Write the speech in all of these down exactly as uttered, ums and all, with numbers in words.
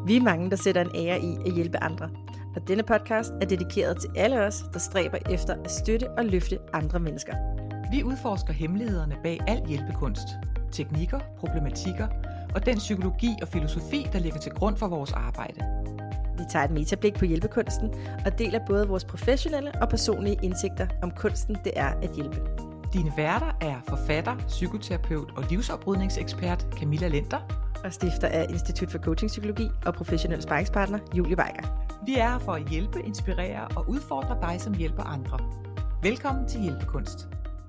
Vi er mange, der sætter en ære i at hjælpe andre. Og denne podcast er dedikeret til alle os, der stræber efter at støtte og løfte andre mennesker. Vi udforsker hemmelighederne bag al hjælpekunst, teknikker, problematikker og den psykologi og filosofi, der ligger til grund for vores arbejde. Vi tager et metablik på hjælpekunsten og deler både vores professionelle og personlige indsigter om kunsten, det er at hjælpe. Dine værter er forfatter, psykoterapeut og livsoprydningsekspert Camilla Lenter Og stifter af Institut for Coaching Psykologi og professionel sparringspartner Julie Weiger. Vi er her for at hjælpe, inspirere og udfordre dig, som hjælper andre. Velkommen til Hjælpekunst.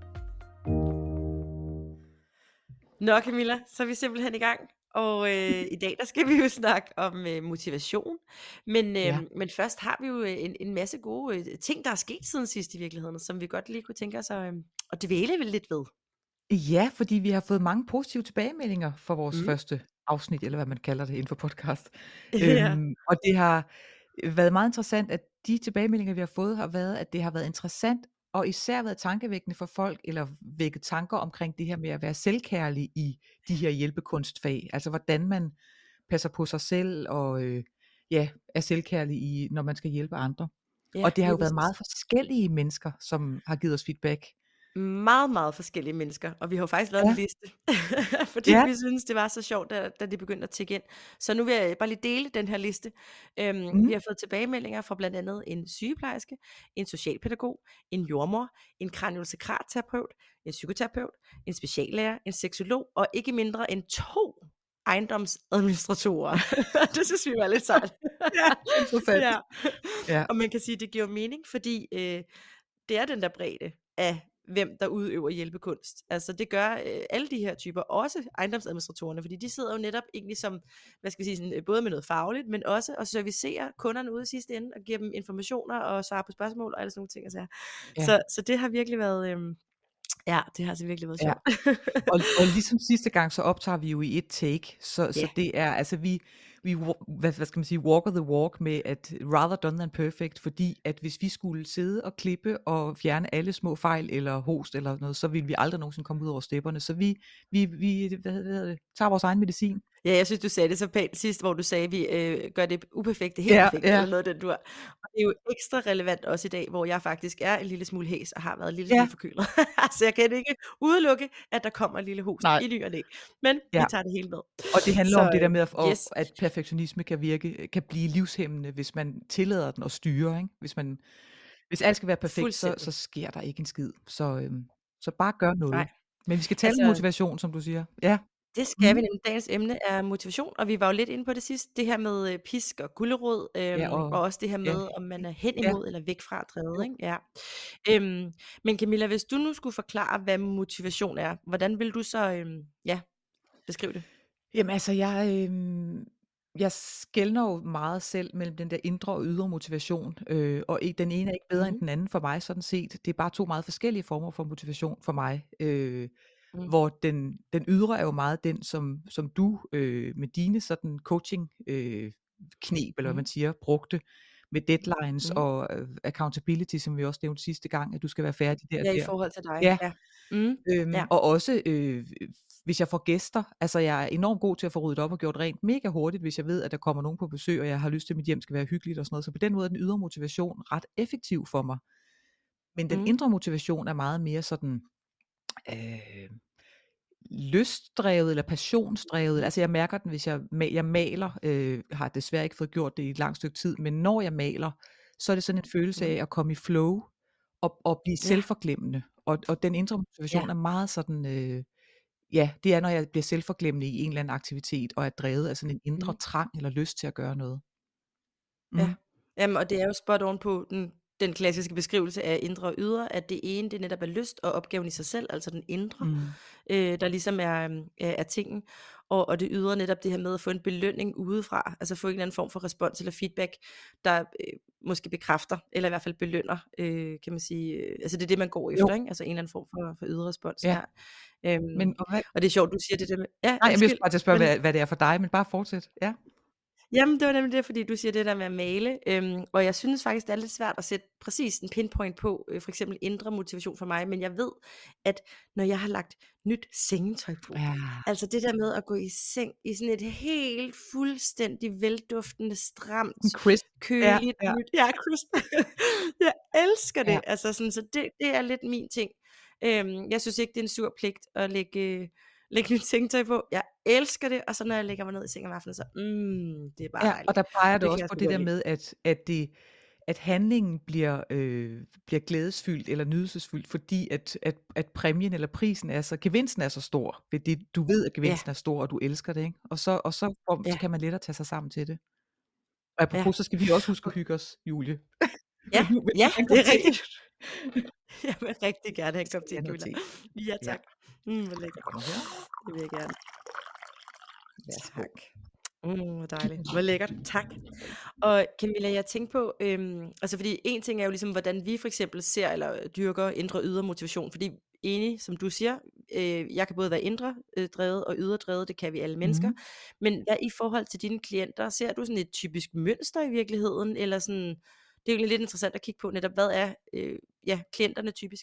Nå Camilla, så er vi simpelthen i gang. Og øh, i dag der skal vi jo snakke om øh, motivation. Men, øh, Ja. men først har vi jo en, en masse gode øh, ting, der er sket siden sidst i virkeligheden, som vi godt lige kunne tænke os at, øh, at dvæle vel lidt ved. Ja, fordi vi har fået mange positive tilbagemeldinger for vores Mm. mm. første afsnit, eller hvad man kalder det inden for podcast. Ja. Øhm, og det har været meget interessant, at de tilbagemeldinger, vi har fået, har været, at det har været interessant, og især været tankevækkende for folk, eller vækket tanker omkring det her med at være selvkærlig i de her hjælpekunstfag. Altså hvordan man passer på sig selv, og øh, ja, er selvkærlig i, når man skal hjælpe andre. Ja, Og det har jo lige været præcis. meget forskellige mennesker, som har givet os feedback. Meget, meget forskellige mennesker, og vi har jo faktisk lavet Ja. en liste, fordi Ja. vi synes, det var så sjovt, da, da det begyndte at tikke ind. Så nu vil jeg bare lige dele den her liste. Øhm, Mm. Vi har fået tilbagemeldinger fra blandt andet en sygeplejerske, en socialpædagog, en jordemoder, en kraniosakralterapeut, en psykoterapeut, en speciallærer, en seksolog og ikke mindre end to ejendomsadministratorer. Det synes vi var lidt sejt. Ja, interessant. Ja. Ja. Og man kan sige, at det giver mening, fordi øh, det er den der bredde af hvem der udøver hjælpekunst. Altså det gør øh, alle de her typer, også ejendomsadministratorerne, fordi de sidder jo netop egentlig som, hvad skal jeg sige, sådan, øh, både med noget fagligt, men også at servicere kunderne ude i sidste ende, og give dem informationer og svare på spørgsmål og alle sådan nogle ting. Altså. Ja. Så, så det har virkelig været, øh, ja, det har altså virkelig været Ja. sjovt. Og, og ligesom sidste gang, så optager vi jo i et take, så, Ja. så det er, altså vi, vi wa- hvad, hvad skal man sige, walker the walk med, at rather done than perfect, fordi at hvis vi skulle sidde og klippe og fjerne alle små fejl eller host eller noget, så ville vi aldrig nogensinde komme ud over stepperne, så vi, vi, vi hvad hedder det, tager vores egen medicin. Ja, jeg synes, du sagde det så pænt sidst, hvor du sagde, at vi øh, gør det uperfekte helt Ja, perfekt, ja. eller noget af den dur. Og det er jo ekstra relevant også i dag, hvor jeg faktisk er en lille smule hæs, og har været en lille Ja. smule forkølet. Så jeg kan ikke udelukke, at der kommer en lille host Nej. i ny og næ. Men Ja. vi tager det hele med. Og det handler Så, om det der med, at, yes. at perfektionisme kan virke, kan blive livshæmmende, hvis man tillader den at styre, ikke? Hvis man, hvis alt skal være perfekt, så, Fuldstændig. så sker der ikke en skid. Så, øhm, så bare gør noget. Nej. Men vi skal tale Altså- om motivation, som du siger. Ja. Det skal Mhm. vi nemlig. Dagens emne er motivation, og vi var jo lidt inde på det sidste, det her med øh, pisk og gulerod, øhm, Ja, og, og- og også det her med, ja. om man er hen Ja. imod eller væk fra drevet. Jo. Ikke? Ja. Øhm, men Camilla, hvis du nu skulle forklare, hvad motivation er, hvordan vil du så øhm, ja, beskrive det? Jamen altså, jeg, øh, jeg skelner jo meget selv mellem den der indre og ydre motivation, øh, og ikke- den ene er ikke bedre Mhm. end den anden for mig, sådan set. Det er bare to meget forskellige former for motivation for mig. Øh, Mm. hvor den, den ydre er jo meget den, som, som du øh, med dine sådan coaching øh, knep, eller hvad Mhm. man siger, brugte med deadlines Mhm. og øh, accountability, som vi også nævnte sidste gang, at du skal være færdig der. Ja, i der. forhold til dig. Ja. Ja. Mm. Øhm, Ja. Og også øh, hvis jeg får gæster, altså jeg er enormt god til at få ryddet op og gjort rent mega hurtigt, hvis jeg ved, at der kommer nogen på besøg, og jeg har lyst til, at mit hjem skal være hyggeligt og sådan noget. Så på den måde er den ydre motivation ret effektiv for mig. Men den Mm. indre motivation er meget mere sådan øh, lystdrevet eller passionsdrevet. Altså jeg mærker den, hvis jeg, ma- jeg maler, øh, har desværre ikke fået gjort det i et langt stykke tid, men når jeg maler, så er det sådan en følelse af at komme i flow og, og blive Ja. selvforglemmende. Og, og den indre motivation Ja. er meget sådan, øh, ja, det er når jeg bliver selvforglemmende i en eller anden aktivitet, og er drevet af sådan en indre Mhm. trang eller lyst til at gøre noget. Ja. Mhm. Jamen, og det er jo spot on på den, den klassiske beskrivelse af indre og ydre, at det ene, det netop er lyst og opgaven i sig selv, altså den indre, Mm. øh, der ligesom er, øh, er tingen, og, og det ydre netop det her med at få en belønning udefra, altså få en eller anden form for respons eller feedback, der øh, måske bekræfter, eller i hvert fald belønner, øh, kan man sige, øh, altså det er det, man går efter, Jo. ikke? Altså en eller anden form for, for ydre respons Ja. her. Øhm, Men, og hvad, og det er sjovt, du siger det der med, ja, nej, jeg vil undskyld, bare til at spørge, men- hvad, hvad det er for dig, men bare fortsæt. Ja. Jamen, det var nemlig det, fordi du siger det der med at male, øhm, og jeg synes faktisk, det er lidt svært at sætte præcis en pinpoint på, øh, for eksempel indre motivation for mig, men jeg ved, at når jeg har lagt nyt sengetøj på, Ja, altså det der med at gå i seng i sådan et helt fuldstændig velduftende, stramt, en crisp. Ja, køligt ja, nyt, ja, crisp. Jeg elsker ja. det, altså sådan, så det, det er lidt min ting. Øhm, jeg synes ikke, det er en sur pligt at lægge, øh, lægge nyt sengetøj på. Jeg elsker det, og så når jeg lægger mig ned i seng om aftenen, så mm, det er bare Ja, og dejligt. der peger Og det det kan også jeg på så det godt der lide. med, at at det at handlingen bliver øh, bliver glædesfyldt eller nydelsesfyldt, fordi at at at præmien eller prisen er så gevinsten er så stor ved det, du ved, at Ja, gevinsten er stor, og du elsker det, ikke? Og så og så får så ja, kan man lettere tage sig sammen til det. Og ja. apropos, så skal vi også huske at Og, hygge os, Julie. ja, Vil du vil du ja, have en det kop er te? rigtigt. Jeg vil rigtig gerne have en Skal kop vi te, have noget Camilla. te? Ja, Ja, tak. Mm, hvor lækkert. kom her. Det vil jeg gerne. Værsgo. Tak. Mm, hvor dejligt. Hvor lækkert. Tak. Og Camilla, jeg tænkte på, øhm, altså fordi en ting er jo ligesom, hvordan vi for eksempel ser eller dyrker indre og ydre motivation, fordi enig, som du siger, øh, jeg kan både være indre øh, drevet og ydre drevet, det kan vi alle mennesker, Mhm. men hvad i forhold til dine klienter, ser du sådan et typisk mønster i virkeligheden, eller sådan, det er jo egentlig lidt interessant at kigge på netop, hvad er øh, ja, klienterne typisk?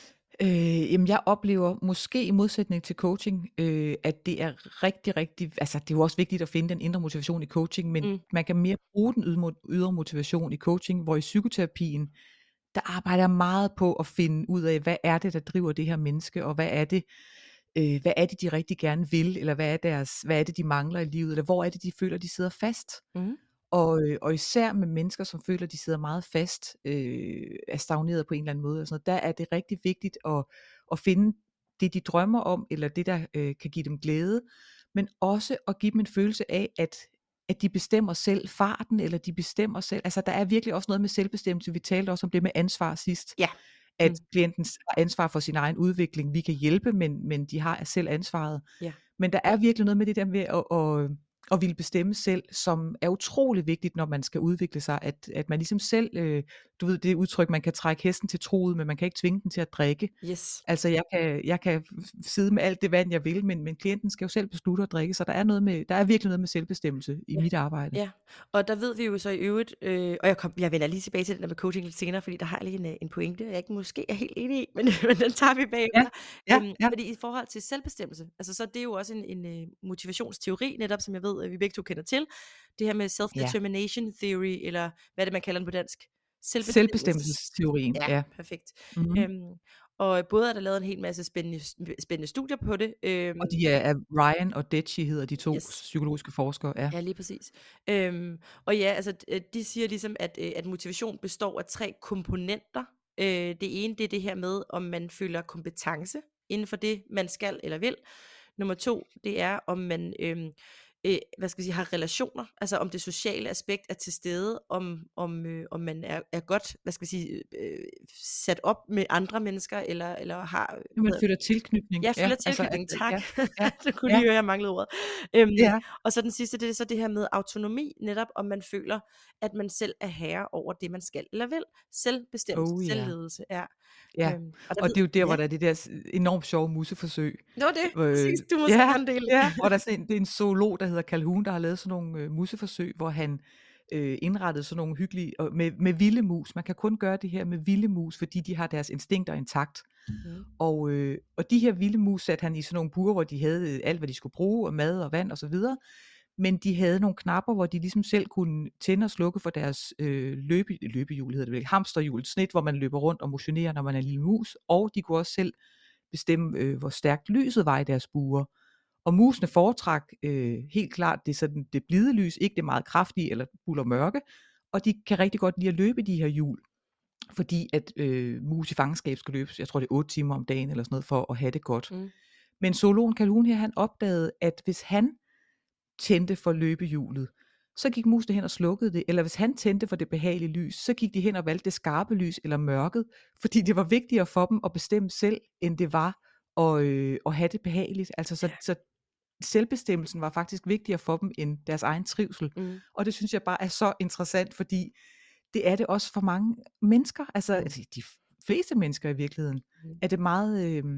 Øh, jamen jeg oplever måske i modsætning til coaching, øh, at det er rigtig, rigtig, altså det er jo også vigtigt at finde den indre motivation i coaching, men Mm, man kan mere bruge den ydre ydre motivation i coaching, hvor i psykoterapien, der arbejder jeg meget på at finde ud af, hvad er det, der driver det her menneske, og hvad er det, øh, hvad er det, de rigtig gerne vil, eller hvad er, deres, hvad er det, de mangler i livet, eller hvor er det, de føler, de sidder fast. mm, Og, øh, og især med mennesker, som føler, de sidder meget fast, øh, er stagneret på en eller anden måde, og sådan noget, der er det rigtig vigtigt at, at finde det, de drømmer om, eller det, der øh, kan give dem glæde, men også at give dem en følelse af, at, at de bestemmer selv farten, eller de bestemmer selv, altså der er virkelig også noget med selvbestemmelse, vi talte også om det med ansvar sidst, ja. at Mm, klienten har ansvar for sin egen udvikling, vi kan hjælpe, men, men de har selv ansvaret. ja. Men der er virkelig noget med det der med at, at, at ville bestemme selv, som er utrolig vigtigt, når man skal udvikle sig, at, at man ligesom selv, øh, du ved det udtryk, man kan trække hesten til truget, men man kan ikke tvinge den til at drikke. Yes. Altså jeg kan, jeg kan sidde med alt det vand, jeg vil, men, men klienten skal jo selv beslutte at drikke, så der er, noget med, der er virkelig noget med selvbestemmelse i Ja. mit arbejde. Ja, og der ved vi jo så i øvrigt, øh, og jeg, kom, jeg vender lige tilbage til den der med coaching lidt senere, fordi der har jeg lige en, øh, en pointe, jeg ikke måske er helt enig i, men, men den tager vi Ja, bagefter. ja, Øhm, ja, fordi i forhold til selvbestemmelse, altså så er det jo også en, en øh, motivationsteori, netop som jeg ved, at vi begge to kender til, det her med ja. self-determination theory, eller hvad er det, man kalder den på dansk? Selvbestemmelses. Selvbestemmelsesteorien, Ja, ja. perfekt. Mm-hmm. Øhm, og både er der lavet en hel masse spændende, spændende studier på det. Øhm, Og de er, er Ryan og Deci hedder de to yes. psykologiske forskere, ja. Ja, lige præcis. Øhm, og ja, altså d- de siger ligesom, at, øh, at motivation består af tre komponenter. Øh, det ene, det er det her med, om man føler kompetence inden for det, man skal eller vil. Nummer to, det er, om man øhm, øh, hvad skal jeg sige, har relationer, altså om det sociale aspekt er til stede, om, om, øh, om man er, er godt, hvad skal jeg sige, øh, sat op med andre mennesker, eller, eller har, Man hvad, føler tilknytning. jeg føler Altså, at, tilknytning, tak. ja, ja, Du kunne ja, lige høre, jeg manglede ordet. Øhm, ja. og så den sidste, det er så det her med autonomi, netop om man føler, at man selv er herre over det, man skal eller vil. Selvbestemmelse, Oh ja. selvledelse, ja. Ja, Øhm, og der og ved, det er jo der, ja, hvor der er det der s- enormt sjove museforsøg. det var det, Øh, præcis, du må så ja, gerne dele. ja, hvor der er sådan en, det er en zoolog, der hedder Calhoun, der har lavet sådan nogle øh, museforsøg, hvor han øh, indrettede sådan nogle hyggelige, og med, med vilde mus. Man kan kun gøre det her med vilde mus, fordi de har deres instinkter intakt. Mm. Og, øh, og de her vilde mus satte han i sådan nogle bure, hvor de havde øh, alt, hvad de skulle bruge, og mad og vand og så videre. Men de havde nogle knapper, hvor de ligesom selv kunne tænde og slukke for deres øh, løbe, løbehjul, hedder det vel, hamsterhjul, snit, hvor man løber rundt og motionerer, når man er en lille mus. Og de kunne også selv bestemme, øh, hvor stærkt lyset var i deres bure. Og musene foretrak øh, helt klart det, sådan, det blide lys, ikke det meget kraftige eller buller mørke. Og de kan rigtig godt lide at løbe de her hjul, fordi at øh, mus i fangenskab skal løbe, jeg tror det er otte timer om dagen eller sådan noget, for at have det godt. Mm. Men zoologen Calhoun her, han opdagede, at hvis han tændte for løbehjulet, så gik musene hen og slukkede det, eller hvis han tændte for det behagelige lys, så gik de hen og valgte det skarpe lys eller mørket, fordi det var vigtigere for dem at bestemme selv, end det var at, øh, at have det behageligt. Altså så, så selvbestemmelsen var faktisk vigtigere for dem end deres egen trivsel. Mm. Og det synes jeg bare er så interessant, fordi det er det også for mange mennesker, altså Mm. de fleste mennesker i virkeligheden, Mm. er det meget, øh,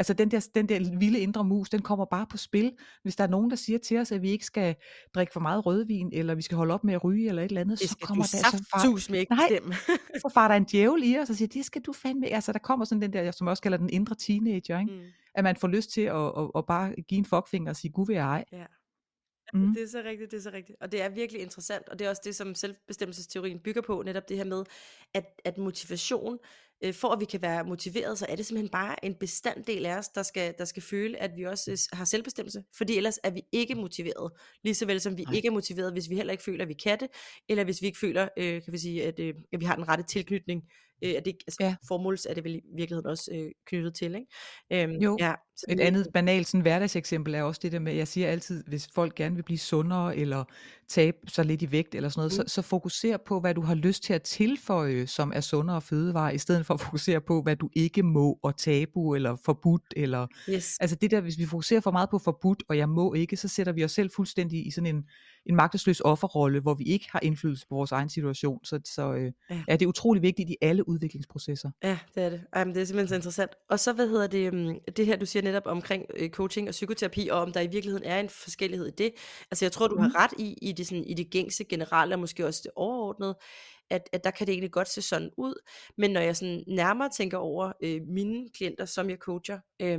Altså den der, den der vilde indre mus, den kommer bare på spil, hvis der er nogen, der siger til os, at vi ikke skal drikke for meget rødvin, eller vi skal holde op med at ryge, eller et eller andet, Det så skal du kommer der, så far, saftsuseme ikke nej, bestemme. så far der en djævel i os, og siger, det skal du fandme, altså der kommer sådan den der, som jeg også kalder den indre teenager, ikke? Mm. At man får lyst til at, at, at bare give en fuckfinger og sige, gud vil jeg ej. Ja. Mm. Det er så rigtigt, det er så rigtigt. Og det er virkelig interessant, og det er også det, som selvbestemmelsesteorien bygger på, netop det her med, at, at motivation, øh, for at vi kan være motiveret, så er det simpelthen bare en bestanddel af os, der skal, der skal føle, at vi også øh, har selvbestemmelse, fordi ellers er vi ikke motiveret, lige så vel som vi Nej. ikke er motiveret, hvis vi heller ikke føler, at vi kan det, eller hvis vi ikke føler, øh, kan vi sige, at, øh, at vi har den rette tilknytning, øh, at det, altså, Ja. formåls er det vel i virkeligheden også øh, knyttet til, ikke? Øhm, Jo. ja, så Et det, andet banalt sådan hverdagseksempel er også det der med, jeg siger altid, hvis folk gerne vil blive sundere, eller tabe sig lidt i vægt, eller sådan noget, Mm. så, så fokuser på, hvad du har lyst til at tilføje, som er sundere fødevarer, i stedet for at fokusere på, hvad du ikke må, og tabu, eller forbudt, eller, Yes. altså det der, hvis vi fokuserer for meget på forbudt, og jeg må ikke, så sætter vi os selv fuldstændig i sådan en, en magtesløs offerrolle, hvor vi ikke har indflydelse på vores egen situation, så, så øh, Ja. ja, det er utrolig vigtigt i alle udviklingsprocesser. Ja, det er det. Ej, men det er simpelthen så interessant. Og så, hvad hedder det, um, det her, du siger netop omkring øh, coaching og psykoterapi, og om der i virkeligheden er en forskellighed i det. Altså, jeg tror, du Mm. har ret i, i det, sådan, i det gængse generelle, og måske også det overordnede, at, at der kan det egentlig godt se sådan ud. Men når jeg sådan nærmere tænker over øh, mine klienter, som jeg coacher, øh,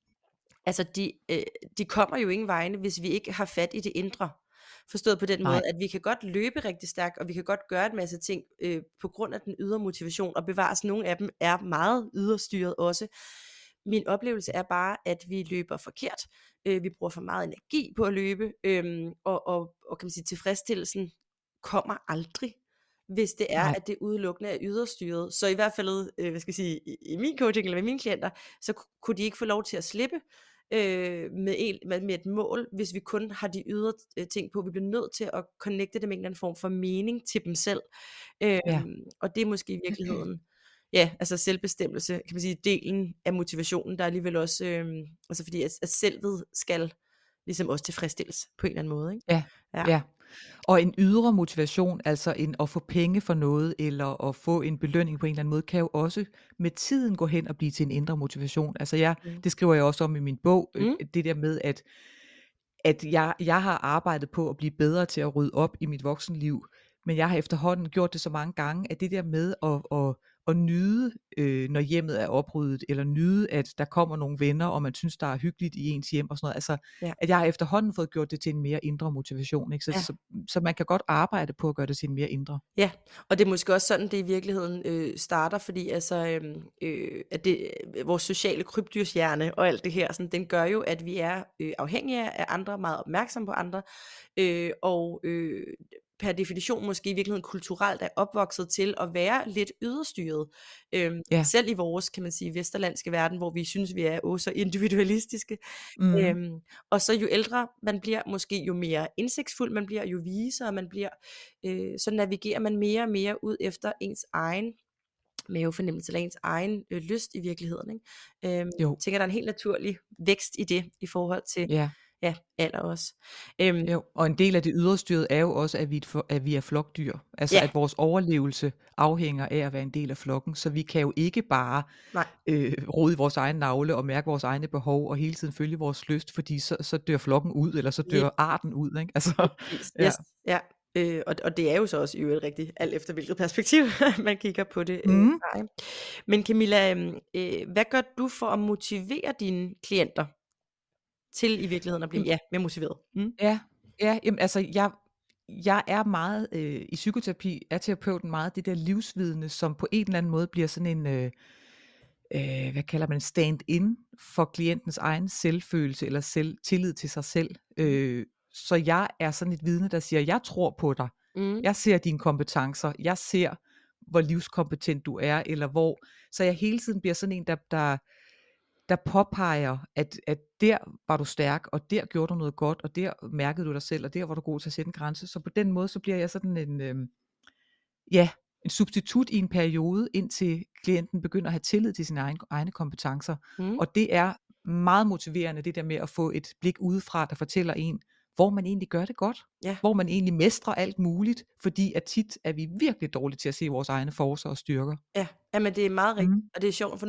altså, de, øh, de kommer jo ingen vegne, hvis vi ikke har fat i det indre. Forstået på den måde, Nej. at vi kan godt løbe rigtig stærkt, og vi kan godt gøre en masse ting øh, på grund af den ydre motivation, og bevares nogle af dem er meget yderstyret også. Min oplevelse er bare, at vi løber forkert. Øh, vi bruger for meget energi på at løbe, øh, og, og, og kan man sige, tilfredsstillelsen kommer aldrig, hvis det er, Nej. at det udelukkende er yderstyret. Så i hvert fald, øh, hvad skal jeg sige, i, i min coaching eller med mine klienter, så ku- kunne de ikke få lov til at slippe øh, med, en, med, med et mål, hvis vi kun har de ydre øh, ting på. Vi bliver nødt til at connecte det med en eller anden form for mening til dem selv. Øh, Ja. og det er måske i virkeligheden, ja, altså selvbestemmelse, kan man sige, delen af motivationen, der er alligevel også, øh, altså fordi at, at selvet skal ligesom også tilfredsstilles på en eller anden måde, ikke? Ja, Ja. ja. Og en ydre motivation, altså en at få penge for noget, eller at få en belønning på en eller anden måde, kan jo også med tiden gå hen og blive til en indre motivation. Altså jeg, Mm. det skriver jeg også om i min bog, øh, Mm. det der med, at, at jeg, jeg har arbejdet på at blive bedre til at rydde op i mit voksenliv, men jeg har efterhånden gjort det så mange gange, at det der med at, at, at nyde, øh, når hjemmet er opryddet, eller nyde, at der kommer nogle venner, og man synes, der er hyggeligt i ens hjem og sådan noget, altså Ja. at jeg har efterhånden fået gjort det til en mere indre motivation, ikke? Så, Ja. så, så man kan godt arbejde på at gøre det til en mere indre. Ja, og det er måske også sådan, det i virkeligheden øh, starter, fordi altså, øhm, øh, at det, øh, vores sociale krybdyrshjerne og alt det her, sådan, den gør jo, at vi er øh, afhængige af andre, meget opmærksomme på andre, øh, og øh, per definition måske i virkeligheden kulturelt er opvokset til at være lidt yderstyret. Øhm, Ja. Selv i vores, kan man sige, vesterlandske verden, hvor vi synes, vi er også så individualistiske. Mm. Øhm, og så jo ældre man bliver, måske jo mere indsigtsfuld man bliver, jo visere man bliver, øh, så navigerer man mere og mere ud efter ens egen mavefornemmelse, eller ens egen øh, lyst i virkeligheden, ikke? Øhm, Jo. jeg tænker, der er en helt naturlig vækst i det, i forhold til Ja. ja, alder også. Øhm, Jo, og en del af det yderstyrede er jo også, at vi, er et for- at vi er flokdyr. Altså Ja. at vores overlevelse afhænger af at være en del af flokken. Så vi kan jo ikke bare Nej. øh, rode i vores egen navle og mærke vores egne behov og hele tiden følge vores lyst, fordi så, så dør flokken ud, eller så dør Lige- arten ud. Ikke? Altså, Præcis. ja. Yes. Ja. Øh, og, og det er jo så også i øvrigt rigtigt, alt efter hvilket perspektiv man kigger på det. Øh, Mhm. fra, ikke? Men Camilla, øh, øh, hvad gør du for at motivere dine klienter til i virkeligheden at blive Jamen- ja, mere motiveret? Mm? Ja, ja, jamen, altså jeg, jeg er meget, øh, i psykoterapi er terapeuten meget det der livsvidne, som på en eller anden måde bliver sådan en, øh, øh, hvad kalder man, stand-in for klientens egen selvfølelse eller selv, tillid til sig selv. Øh, så jeg er sådan et vidne, der siger, jeg tror på dig, Mm. jeg ser dine kompetencer, jeg ser, hvor livskompetent du er, eller hvor, så jeg hele tiden bliver sådan en, der, der der påpeger, at, at der var du stærk, og der gjorde du noget godt, og der mærkede du dig selv, og der var du god til at sætte en grænse. Så på den måde, så bliver jeg sådan en, øh, ja, en substitut i en periode, indtil klienten begynder at have tillid til sine egne, egne kompetencer. Mm. Og det er meget motiverende, det der med at få et blik udefra, der fortæller en, hvor man egentlig gør det godt. Ja. Hvor man egentlig mestrer alt muligt, fordi at tit er vi virkelig dårlige til at se vores egne forcer og styrker. Ja, jamen det er meget rigtigt, Mhm. og det er sjovt, for nu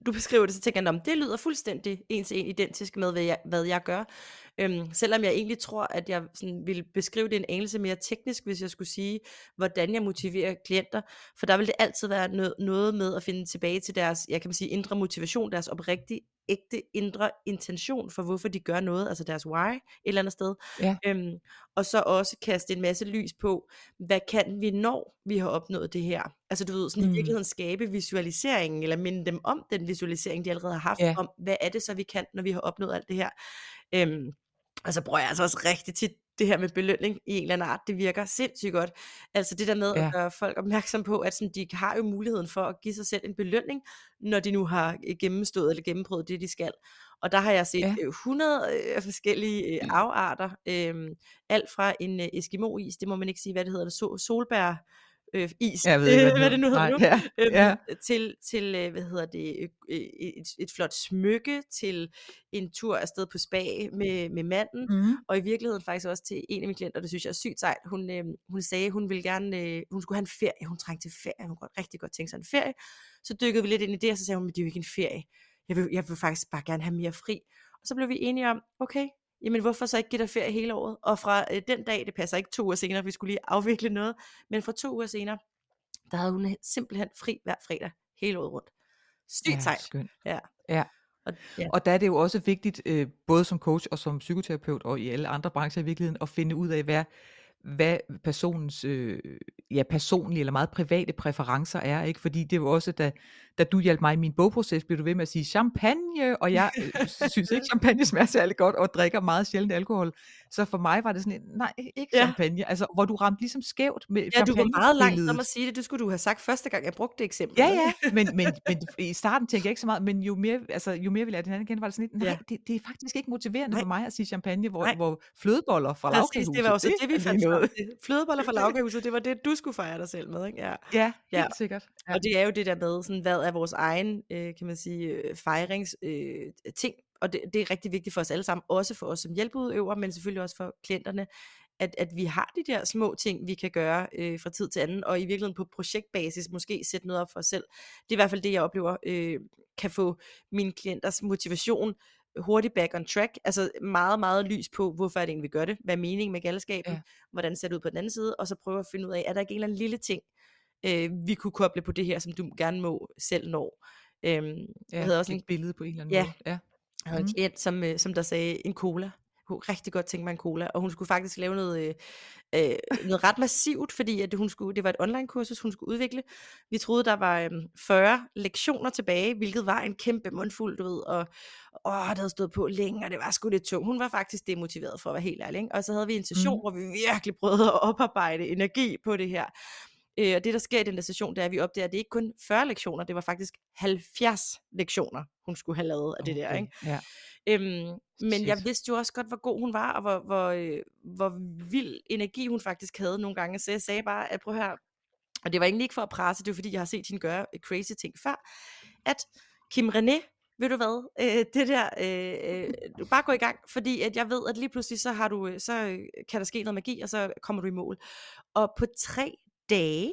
du beskriver det, så tænker jeg, "Nå, men det lyder fuldstændig en til en identisk med, hvad jeg, hvad jeg gør." Øhm, selvom jeg egentlig tror, at jeg sådan ville beskrive det en anelse mere teknisk, hvis jeg skulle sige, hvordan jeg motiverer klienter. For der vil det altid være noget, noget med at finde tilbage til deres, jeg kan man sige, indre motivation, deres oprigtige, ægte indre intention for, hvorfor de gør noget, altså deres why et eller andet sted. Ja. Øhm, og så også kaste en masse lys på, hvad kan vi, når vi har opnået det her? Altså du ved, sådan i Mm. virkeligheden skabe visualiseringen, eller minde dem om den visualisering, de allerede har haft, Ja. om hvad er det så, vi kan, når vi har opnået alt det her. Øhm, og så bruger jeg altså også rigtig tit det her med belønning i en eller anden art. Det virker sindssygt godt. Altså det der med Ja. at gøre folk opmærksom på, at sådan, de har jo muligheden for at give sig selv en belønning, når de nu har øh, gennemstået eller gennemprøvet det, de skal. Og der har jeg set Ja. øh, hundrede øh, forskellige øh, afarter. Øh, alt fra en øh, Eskimo-is, det må man ikke sige, hvad det hedder, so- solbær øh, is, Jeg ved ikke, hvad det hvad det nu hedder Nej, nu, ja, øhm, ja. til, til øh, hvad hedder det, øh, øh, et, et flot smykke, til en tur afsted på spa med, med manden, Mm. og i virkeligheden faktisk også til en af mine klienter, det synes jeg er sygt sejt. Hun, øh, hun sagde, hun ville gerne, øh, hun skulle have en ferie, hun trængte til ferie, hun kunne rigtig godt tænke sig en ferie. Så dykkede vi lidt ind i det, og så sagde hun, men det er jo ikke en ferie. Jeg vil, jeg vil faktisk bare gerne have mere fri. Og så blev vi enige om, okay, jamen hvorfor så ikke give dig ferie hele året? Og fra øh, den dag, det passer ikke to uger senere, vi skulle lige afvikle noget, men fra to uger senere, der havde hun simpelthen fri hver fredag, hele året rundt. Sygt Ja, sejt. skønt. Ja. Ja. Og, ja. Og der er det jo også vigtigt, øh, både som coach og som psykoterapeut og i alle andre brancher i virkeligheden, at finde ud af, hvad, hvad personens øh, ja, personlige eller meget private præferencer er, ikke? Fordi det er jo også, da, da du hjalp mig i min bogproces, blev du ved med at sige champagne, og jeg øh, synes ikke, champagne smager særlig godt, og drikker meget sjældent alkohol. Så for mig var det sådan en, nej, ikke Ja. champagne, altså hvor du ramte ligesom skævt med Ja, du var meget langt om champagnebilledet. at sige det. Det skulle du have sagt første gang, jeg brugte det eksempel. Ja, ja, men, men, men i starten tænkte jeg ikke så meget, men jo mere, altså, jo mere vi lærte hinanden igen, var det sådan lidt, nej, Ja. det, det er faktisk ikke motiverende Nej. for mig at sige champagne, hvor, Nej. hvor flødeboller fra Præcis, lavkagehuset, det var også det, vi er lige fandt frem noget. til. Flødeboller fra lavkagehuset, det var det, du skulle fejre dig selv med, ikke? Ja. Ja, Ja. helt sikkert. Ja. Og det er jo det der med, sådan, hvad er vores egen, øh, kan man sige, øh, fejrings øh, ting, og det, det er rigtig vigtigt for os alle sammen, også for os som hjælpeudøvere, men selvfølgelig også for klienterne, at, at vi har de der små ting, vi kan gøre øh, fra tid til anden, og i virkeligheden på projektbasis måske sætte noget op for os selv. Det er i hvert fald det, jeg oplever, øh, kan få mine klienters motivation hurtigt back on track, altså meget, meget lys på, hvorfor er det egentlig, vi gør det, hvad er meningen med galskaben, Ja. hvordan ser det ud på den anden side, og så prøve at finde ud af, er der ikke en eller anden lille ting, øh, vi kunne koble på det her, som du gerne må selv nå. Øhm, jeg Ja, havde også en, et billede på en eller anden ja, måde. Ja. jeg havde en Mhm. klient, som, øh, som der sagde en cola. Hun kunne rigtig godt tænke mig en cola, og hun skulle faktisk lave noget, øh, øh, noget ret massivt, fordi at hun skulle, det var et online kursus, hun skulle udvikle. Vi troede, der var øh, fyrre lektioner tilbage, hvilket var en kæmpe mundfuld, du ved, og åh, det havde stået på længe, og det var sgu lidt tungt. Hun var faktisk demotiveret, for at være helt ærlig, ikke? Og så havde vi en session, Mhm. hvor vi virkelig prøvede at oparbejde energi på det her. Øh, og det, der sker i den der session, det er, at vi opdager, at det ikke kun fyrre lektioner, det var faktisk halvfjerds lektioner, hun skulle have lavet af det der, Okay, ikke? ja. Øhm, men jeg Shit. vidste jo også godt, hvor god hun var, og hvor, hvor, øh, hvor vild energi hun faktisk havde nogle gange. Så jeg sagde bare, at prøv her, og det var egentlig ikke for at presse, det var fordi, jeg har set hende gøre øh, crazy ting før, at Kim René, ved du hvad, øh, det der, øh, øh, du bare gå i gang, fordi at jeg ved, at lige pludselig, så, har du, øh, så øh, kan der ske noget magi, og så kommer du i mål. Og på tre dage,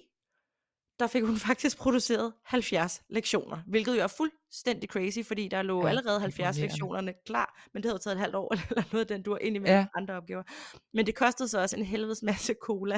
der fik hun faktisk produceret halvfjerds lektioner, hvilket jo er fuldstændig crazy, fordi der lå Ja, allerede halvfjerds imponerende. lektionerne klar, men det havde taget et halvt år, eller noget af den dur ind imellem Ja, andre opgaver. Men det kostede så også en helvedes masse cola,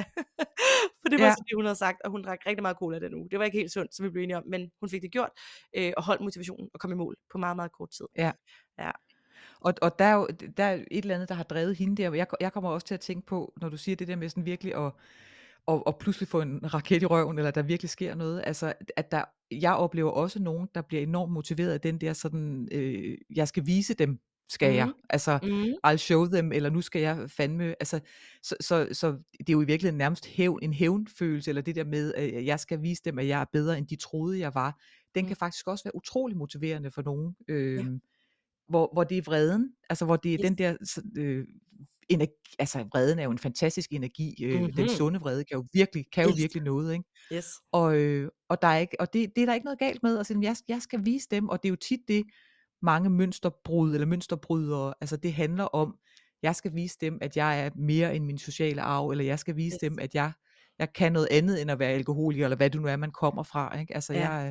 for det var ja, så det, hun havde sagt, og hun drak rigtig meget cola den uge. Det var ikke helt sundt, som vi blev enige om, men hun fik det gjort, øh, og holdt motivationen og kom i mål på meget, meget kort tid. ja. Ja. Og, og der er jo der er et eller andet, der har drevet hende der. Jeg, jeg kommer også til at tænke på, når du siger det der med sådan virkelig at og, og pludselig få en raket i røven, eller der virkelig sker noget. Altså, at der, jeg oplever også nogen, der bliver enormt motiveret af den der sådan, øh, jeg skal vise dem, skal jeg. Mm. Altså, Mm. I'll show them, eller nu skal jeg fandme, altså, så, så, så det er jo i virkeligheden nærmest hævn, en hævnfølelse, eller det der med, at jeg skal vise dem, at jeg er bedre, end de troede, jeg var. Den Mm. kan faktisk også være utrolig motiverende for nogen, øh, Ja. hvor, hvor det er vreden, altså hvor det er Yes. den der, så, øh, energi, altså vreden er jo en fantastisk energi, øh, Mm-hmm. den sunde vrede kan jo virkelig, kan jo Yes. virkelig noget, ikke? Yes. Og, øh, og, der er ikke, og det, det er der ikke noget galt med, altså, jeg, jeg skal vise dem, og det er jo tit det, mange mønsterbrud, eller mønsterbrydere, altså det handler om, jeg skal vise dem, at jeg er mere end min sociale arv, eller jeg skal vise Yes. dem, at jeg, jeg kan noget andet, end at være alkoholiker, eller hvad det nu er, man kommer fra, ikke? Altså Ja. jeg,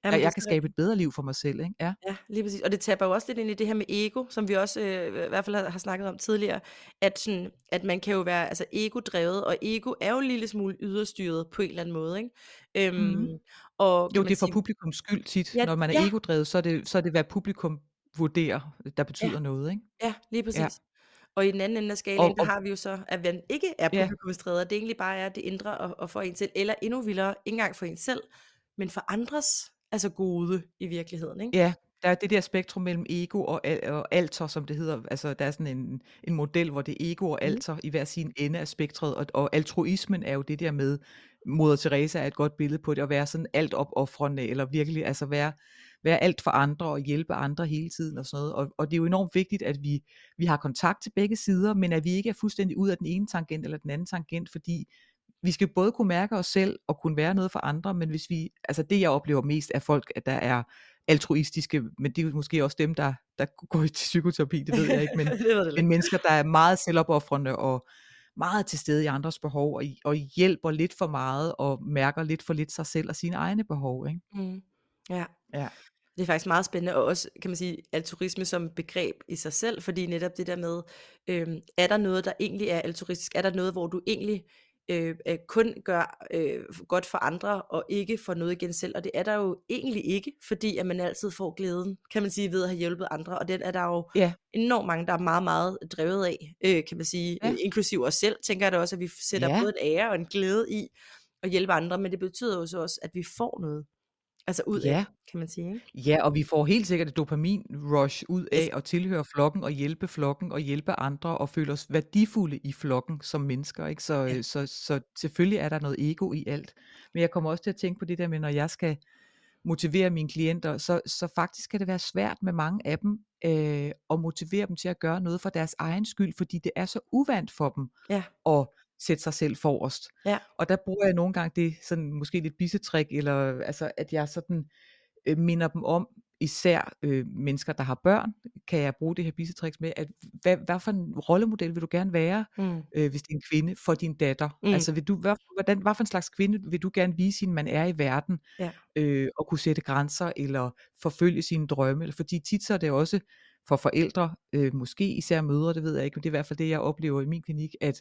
Jamen, Jeg det er jeg kan så skabe rigtigt. et bedre liv for mig selv, ikke? Ja. Ja, lige præcis. Og det tapper jo også lidt ind i det her med ego, som vi også, øh, i hvert fald har har snakket om tidligere, at sådan at man kan jo være, altså, egodrevet, og ego er jo en lille smule yderstyret på en eller anden måde, ikke? Mhm. Øhm, og Jo, kan det man er for sige publikums skyld tit. ja, Når man er ja, egodrevet, så er det så er det, hvad publikum vurderer, der ja, betyder noget, ikke? ja, lige Ja. præcis. Og i den anden ende af Og skalaen, der og har vi jo så, at man ikke er ja. publikumsdrevet, og det egentlig bare er det indre og og for en selv, eller endnu vildere, ikke engang for en selv, men for andres, altså, gode i virkeligheden, ikke? Ja, der er det der spektrum mellem ego og al og alter, som det hedder. Altså, der er sådan en en model, hvor det er ego og Mhm. alter i hver sin ende af spektret, og og altruismen er jo det der med, Moder Teresa er et godt billede på det, at være sådan altopofrende, eller virkelig altså være være alt for andre og hjælpe andre hele tiden og sådan noget. Og og det er jo enormt vigtigt, at vi vi har kontakt til begge sider, men at vi ikke er fuldstændig ud af den ene tangent eller den anden tangent, fordi vi skal både kunne mærke os selv og kunne være noget for andre, men hvis vi, altså det jeg oplever mest er folk, at der er altruistiske, men det er jo måske også dem, der, der går i til psykoterapi, det ved jeg ikke, men, Det ved jeg heller men ikke. mennesker, der er meget selvopofrende og meget til stede i andres behov, og, og hjælper lidt for meget, og mærker lidt for lidt sig selv og sine egne behov, ikke? Mhm. Ja. Ja. Det er faktisk meget spændende, og også, kan man sige, altruisme som begreb i sig selv, fordi netop det der med, øhm, er der noget, der egentlig er altruistisk? Er der noget, hvor du egentlig øh, øh, kun gør øh, godt for andre, og ikke for noget igen selv? Og det er der jo egentlig ikke, fordi at man altid får glæden, kan man sige, ved at have hjulpet andre, og den er der jo Ja, enormt mange, der er meget, meget drevet af, øh, kan man sige, øh, ja, inklusiv os selv, tænker jeg da også, at vi sætter ja, både en ære og en glæde i at hjælpe andre, men det betyder jo så også, at vi får noget, altså ud af ja. det, kan man sige, ikke? Ja, og vi får helt sikkert et dopamin-rush ud Yes. af at tilhøre flokken og hjælpe flokken og hjælpe andre og føle os værdifulde i flokken som mennesker, ikke? Så, Ja. øh, så, så selvfølgelig er der noget ego i alt. Men jeg kommer også til at tænke på det der med, når jeg skal motivere mine klienter, så, så faktisk kan det være svært med mange af dem øh, at motivere dem til at gøre noget for deres egen skyld, fordi det er så uvant for dem Ja, at sætte sig selv forrest. ja, Og der bruger jeg nogle gange det sådan måske lidt bissetrik, eller altså at jeg sådan øh, minder dem om, især øh, mennesker, der har børn, kan jeg bruge det her bissetricks med, at hvad, hvad for en rollemodel vil du gerne være, mm, øh, hvis det er en kvinde, for din datter? mm, Altså vil du, hvad, hvordan, hvad for en slags kvinde vil du gerne vise hende, man er i verden, ja, øh, og kunne sætte grænser, eller forfølge sine drømme? Eller, fordi tit så er det også for forældre, øh, måske især mødre, det ved jeg ikke, men det er i hvert fald det, jeg oplever i min klinik, at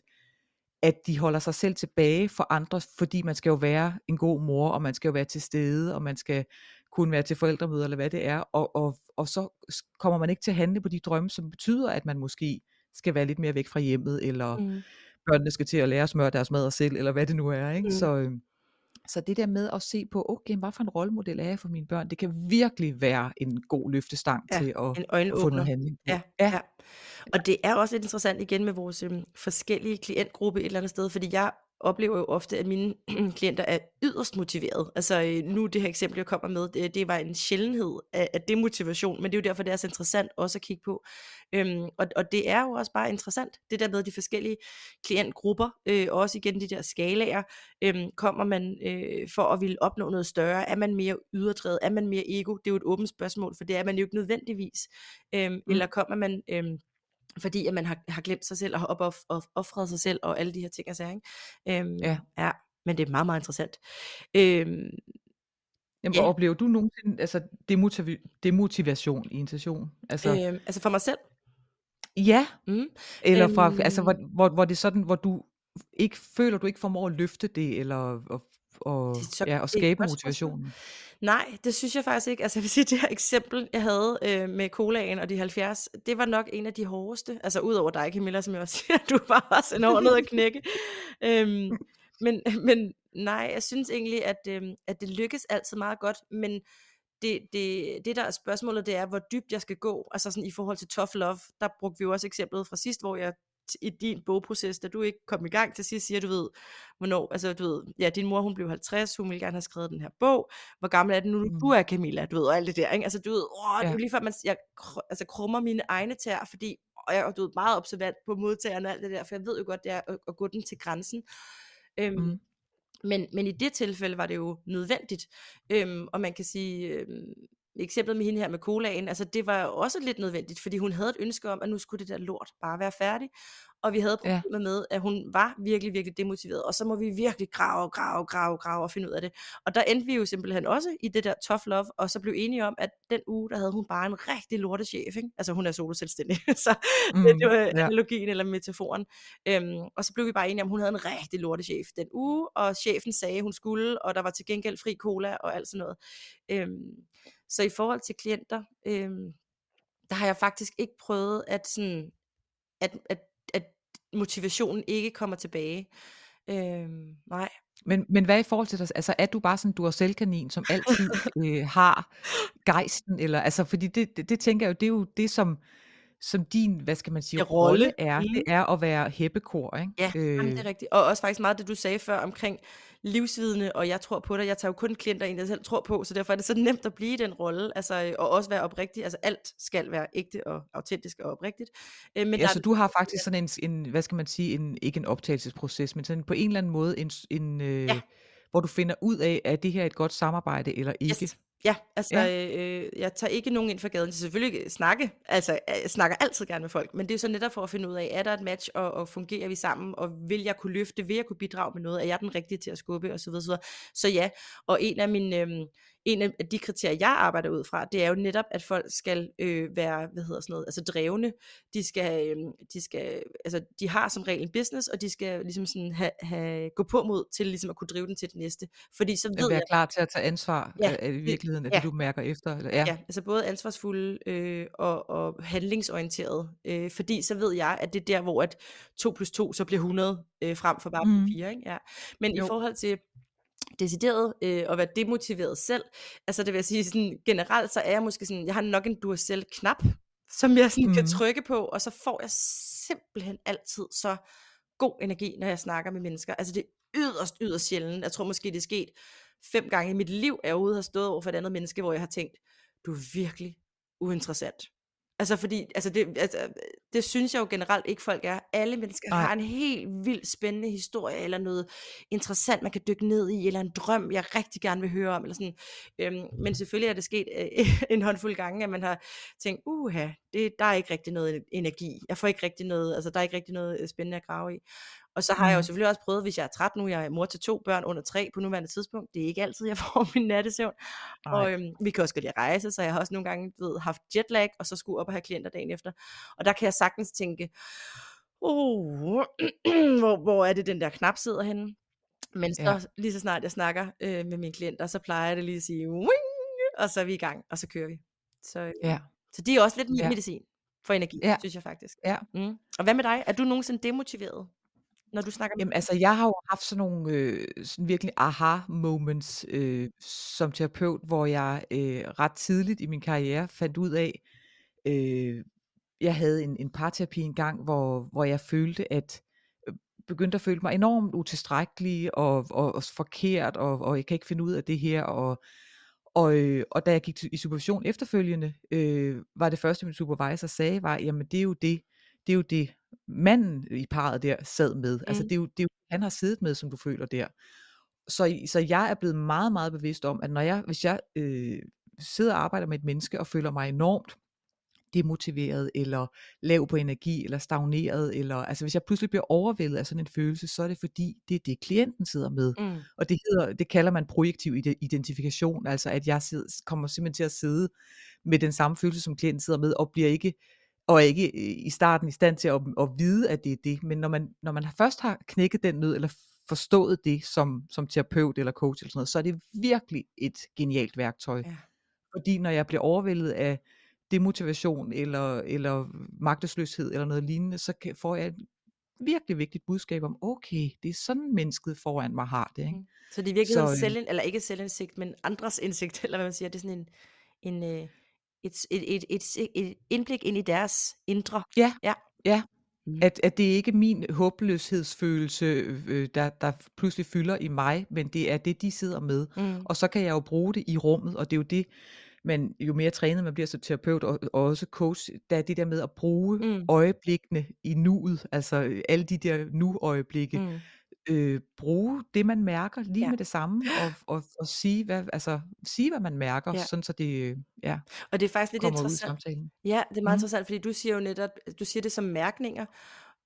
at de holder sig selv tilbage for andre, fordi man skal jo være en god mor, og man skal jo være til stede, og man skal kunne være til forældremøder, eller hvad det er, og, og, og så kommer man ikke til at handle på de drømme, som betyder, at man måske skal være lidt mere væk fra hjemmet, eller mm, børnene skal til at lære at smøre deres mad selv, eller hvad det nu er, ikke? mm, Så, øh, så det der med at se på, okay, hvad for en rollemodel er jeg for mine børn, det kan virkelig være en god løftestang ja, til at, en at få noget øjenåbner. handling på. Ja, Ja, ja. Og det er også lidt interessant igen med vores øhm, forskellige klientgruppe et eller andet sted, fordi jeg oplever jo ofte, at mine klienter er yderst motiveret. Altså øh, nu det her eksempel, jeg kommer med, det, det var en sjældenhed af, af demotivation, men det er jo derfor, det er så interessant også at kigge på. Øhm, og, og det er jo også bare interessant, det der med de forskellige klientgrupper, øh, og også igen de der skalaer, øhm, kommer man øh, for at ville opnå noget større, er man mere yderdrevet, er man mere ego, det er jo et åbent spørgsmål, for det er man jo ikke nødvendigvis, øhm, mm, eller kommer man øhm, fordi at man har, har glemt sig selv og har opoffret sig selv og alle de her ting og sager, ikke? Øhm, ja. ja, men det er meget, meget interessant. Øhm, Jamen, ja, oplever du nogensinde altså, demotiv- demotivation i en session? Altså, øhm, altså for mig selv. ja, Mm, eller fra, altså, hvor, øhm, hvor, hvor det er sådan, hvor du ikke føler, du ikke formår at løfte det, eller og, det og, er så ja, at det er et skabe godt spørgsmål. motivationen. Nej, det synes jeg faktisk ikke. Altså jeg vil sige, det her eksempel, jeg havde øh, med colaen og de halvfjerds, det var nok en af de hårdeste. Altså udover dig, Camilla, som jeg også siger, du var også en hård ned at knække. Øhm, men, men nej, jeg synes egentlig, at, øh, at det lykkes altid meget godt, men det, det, det der er spørgsmålet, det er, hvor dybt jeg skal gå, altså sådan i forhold til tough love, der brugte vi jo også eksemplet fra sidst, hvor jeg t- i din bogproces, da du ikke kom i gang til sidst, siger du ved, hvornår, altså du ved, ja, din mor hun blev halvtreds, hun ville gerne have skrevet den her bog, hvor gammel er den nu, du Mm. er Camilla, du ved, og alt det der, ikke? Altså du ved, åh, det er Ja. jo lige før, man, jeg kr- altså, krummer mine egne tær, fordi, og jeg er du ved, meget observant på modtagerne og alt det der, for jeg ved jo godt, det er at, at gå den til grænsen. Øhm, Mm. men, men i det tilfælde var det jo nødvendigt. Øhm, og man kan sige, øhm, eksemplet med hende her med colaen, altså det var også lidt nødvendigt, fordi hun havde et ønske om, at nu skulle det der lort bare være færdigt. og vi havde Ja. problemet med, at hun var virkelig, virkelig demotiveret, og så må vi virkelig grave, grave, grave, grave og finde ud af det. Og der endte vi jo simpelthen også i det der tough love, og så blev enige om, at den uge, der havde hun bare en rigtig lortechef, ikke? Altså hun er solo selvstændig, så det, det Mm, var ja. analogien eller metaforen. Øhm, og så blev vi bare enige om, at hun havde en rigtig lortechef den uge, og chefen sagde, hun skulle, og der var til gengæld fri cola og alt sådan noget. Øhm, så i forhold til klienter, øhm, der har jeg faktisk ikke prøvet, at, sådan, at, at, at motivationen ikke kommer tilbage. Øhm, nej. Men, men hvad i forhold til dig? Altså er du bare sådan en Duracell-kanin, som altid øh, har gejsten? Eller, altså, fordi det, det, det tænker jeg jo, det er jo det, som, som din, hvad skal man sige, Det rolle. rolle er. Mm. Det er at være heppekor, ikke? Ja, jamen, det Øh, er rigtigt. Og også faktisk meget det, du sagde før omkring livsvidende, og jeg tror på dig. Jeg tager jo kun klienter ind, jeg selv tror på, så derfor er det så nemt at blive i den rolle, altså, øh, og også være oprigtig. Altså alt skal være ægte og autentisk og oprigtigt. Øh, men ja, der så du har faktisk sådan en, en, hvad skal man sige, en, ikke en optagelsesproces, men sådan på en eller anden måde, en, en ja. øh, hvor du finder ud af, at det her er et godt samarbejde eller ikke. Yes. Ja, altså, Ja. øh, jeg tager ikke nogen ind fra gaden. Jeg selvfølgelig snakke, altså, jeg snakker altid gerne med folk, men det er så netop for at finde ud af, er der et match, og, og fungerer vi sammen, og vil jeg kunne løfte, vil jeg kunne bidrage med noget, er jeg den rigtige til at skubbe, og så videre, så videre. Så ja, og en af mine, øh, en af de kriterier, jeg arbejder ud fra, det er jo netop, at folk skal øh, være, hvad hedder sådan noget, altså drevne, de skal, øh, de skal, altså, de har som regel en business, og de skal ligesom sådan have, have, gå på mod til ligesom at kunne drive den til det næste, fordi så At ved være jeg, klar til at tage ansvar ja, af, af virkeligheden, af ja, det du mærker efter. Eller, ja. ja, altså både ansvarsfulde øh, og, og handlingsorienteret, øh, fordi så ved jeg, at det er der, hvor at to plus to så bliver hundrede øh, frem for bare at blive Mm. fire, ikke? Ja. Men Jo. i forhold til decideret øh, at være demotiveret selv, altså det vil jeg sige sådan, generelt så er jeg måske sådan, jeg har nok en Duracell-knap, som jeg sådan kan Mm. trykke på, og så får jeg simpelthen altid så god energi, når jeg snakker med mennesker. Altså det er yderst, yderst sjældent. Jeg tror måske, det er sket fem gange i mit liv, at jeg ude har stået over for et andet menneske, hvor jeg har tænkt, du er virkelig uinteressant. Altså fordi, altså det, altså, det synes jeg jo generelt ikke folk er. Alle mennesker Nej. har en helt vildt spændende historie, eller noget interessant, man kan dykke ned i, eller en drøm, jeg rigtig gerne vil høre om, eller sådan. Øhm, men selvfølgelig er det sket øh, en håndfuld gange, at man har tænkt, uha, det, der er ikke rigtig noget energi. Jeg får ikke rigtig noget, altså der er ikke rigtig noget spændende at grave i. Og så har jeg jo Mm. selvfølgelig også prøvet, hvis jeg er træt nu, jeg er mor til to børn under tre på nuværende tidspunkt, det er ikke altid, jeg får min nattesøvn. Nej. Og øhm, vi kan også godt lide at rejse, så jeg har også nogle gange du ved, haft jetlag, og så skulle op og have klienter dagen efter. Og der kan jeg sagtens tænke, oh, hvor, hvor er det den der knap sidder henne? Men så Ja. lige så snart jeg snakker øh, med mine klienter, så plejer jeg det lige at sige, wing, og så er vi i gang, og så kører vi. Så, øh, Ja. så de er også lidt min Ja. medicin for energi, Ja. synes jeg faktisk. Ja. Mm. Og hvad med dig? Er du nogensinde demotiveret, når du snakker med Jamen altså, jeg har jo haft sådan nogle øh, sådan virkelig aha-moments øh, som terapeut, hvor jeg øh, ret tidligt i min karriere fandt ud af, øh, jeg havde en, en parterapi engang, hvor, hvor jeg følte, at øh, begyndte at føle mig enormt utilstrækkelig og, og, og forkert, og, og jeg kan ikke finde ud af det her, og Og, øh, og da jeg gik til, i supervision efterfølgende, øh, var det første, min supervisor sagde, var, jamen det er jo det, det er jo det, manden i parret der sad med. Mm. Altså det er, jo, det er jo, han har siddet med, som du føler der. Så, så jeg er blevet meget, meget bevidst om, at når jeg, hvis jeg øh, sidder og arbejder med et menneske, og føler mig enormt demotiveret, eller lav på energi, eller stagneret, eller altså hvis jeg pludselig bliver overvældet af sådan en følelse, så er det fordi, det er det klienten sidder med, Mm. og det hedder, det kalder man projektiv ide- identifikation, altså at jeg sidder, kommer simpelthen til at sidde med den samme følelse, som klienten sidder med, og bliver ikke, og er ikke i starten i stand til at, at vide, at det er det, men når man, når man først har knækket den nød, eller forstået det som, som terapeut eller coach eller sådan noget, så er det virkelig et genialt værktøj, Ja. fordi når jeg bliver overvældet af demotivation eller, eller magtesløshed eller noget lignende, så kan, får jeg et virkelig vigtigt budskab om, okay, det er sådan mennesket foran mig har det. Ikke? Mm. Så det er i virkeligheden Så, øh, selv, eller ikke selvindsigt, men andres indsigt, eller hvad man siger, det er sådan en, en øh, et, et, et, et, et indblik ind i deres indre. Ja, Ja. ja. Mm. At, at det ikke er min håbløshedsfølelse, øh, der, der pludselig fylder i mig, men det er det, de sidder med. Mm. Og så kan jeg jo bruge det i rummet, og det er jo det, men jo mere trænet man bliver som terapeut og, og også coach, der er det der med at bruge Mm. øjeblikkene i nuet, altså øh, alle de der nu-øjeblikke, Mm. øh, bruge det, man mærker lige Ja. med det samme, og, og, og sige, hvad, altså, sige, hvad man mærker, Ja. sådan så det øh, ja, Og det er faktisk lidt kommer ud i interessant. samtalen. Ja, det er meget Mm. interessant, fordi du siger jo netop, du siger det som mærkninger,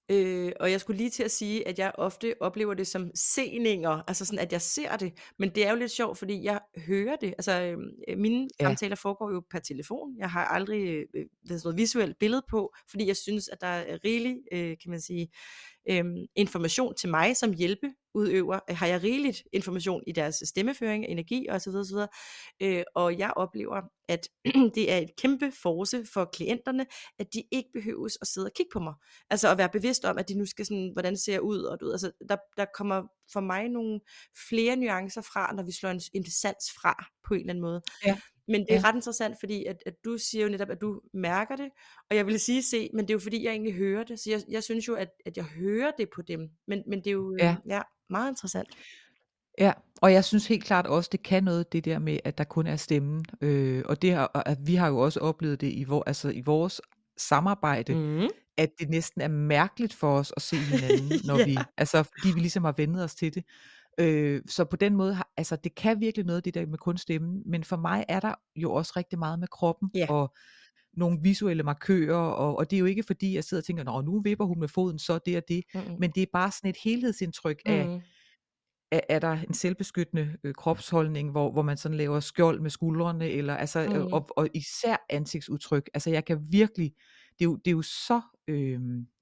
Øh, og jeg skulle lige til at sige, at jeg ofte oplever det som seninger, altså sådan, at jeg ser det, men det er jo lidt sjovt, fordi jeg hører det. Altså, øh, mine Ja, samtaler foregår jo per telefon. Jeg har aldrig øh, øh, sådan noget visuelt billede på, fordi jeg synes, at der er rigelig, øh, kan man sige, øhm, information til mig som hjælpeudøver. Øh, Har jeg rigeligt information i deres stemmeføring, energi osv. osv. Øh, og jeg oplever, at det er et kæmpe force for klienterne, at de ikke behøves at sidde og kigge på mig. Altså at være bevidst om, at de nu skal sådan, hvordan ser jeg ud, og du ved, altså der, der kommer for mig nogle flere nuancer fra, når vi slår en, en sans fra på en eller anden måde. ja, Men det er ja, ret interessant, fordi at, at du siger jo netop, at du mærker det, og jeg ville sige se, men det er jo fordi, jeg egentlig hører det, så jeg, jeg synes jo, at, at jeg hører det på dem, men, men det er jo øh, ja. ja, meget interessant. Ja, og jeg synes helt klart også, det kan noget, det der med, at der kun er stemmen. Øh, og det har, og at vi har jo også oplevet det i, vor, altså i vores samarbejde, Mm. at det næsten er mærkeligt for os at se hinanden, når Ja, vi, altså fordi vi ligesom har vendet os til det. Øh, så på den måde, har, altså det kan virkelig noget, det der med kun stemmen, men for mig er der jo også rigtig meget med kroppen, ja, og nogle visuelle markører, og, og det er jo ikke fordi, jeg sidder og tænker, nå, nu vipper hun med foden, så det og det, mm, men det er bare sådan et helhedsindtryk af, mm, er, er der en selvbeskyttende øh, kropsholdning, hvor, hvor man sådan laver skjold med skuldrene, eller altså, øh, mm, og, og især ansigtsudtryk. Altså jeg kan virkelig, det er jo, det er jo så øh,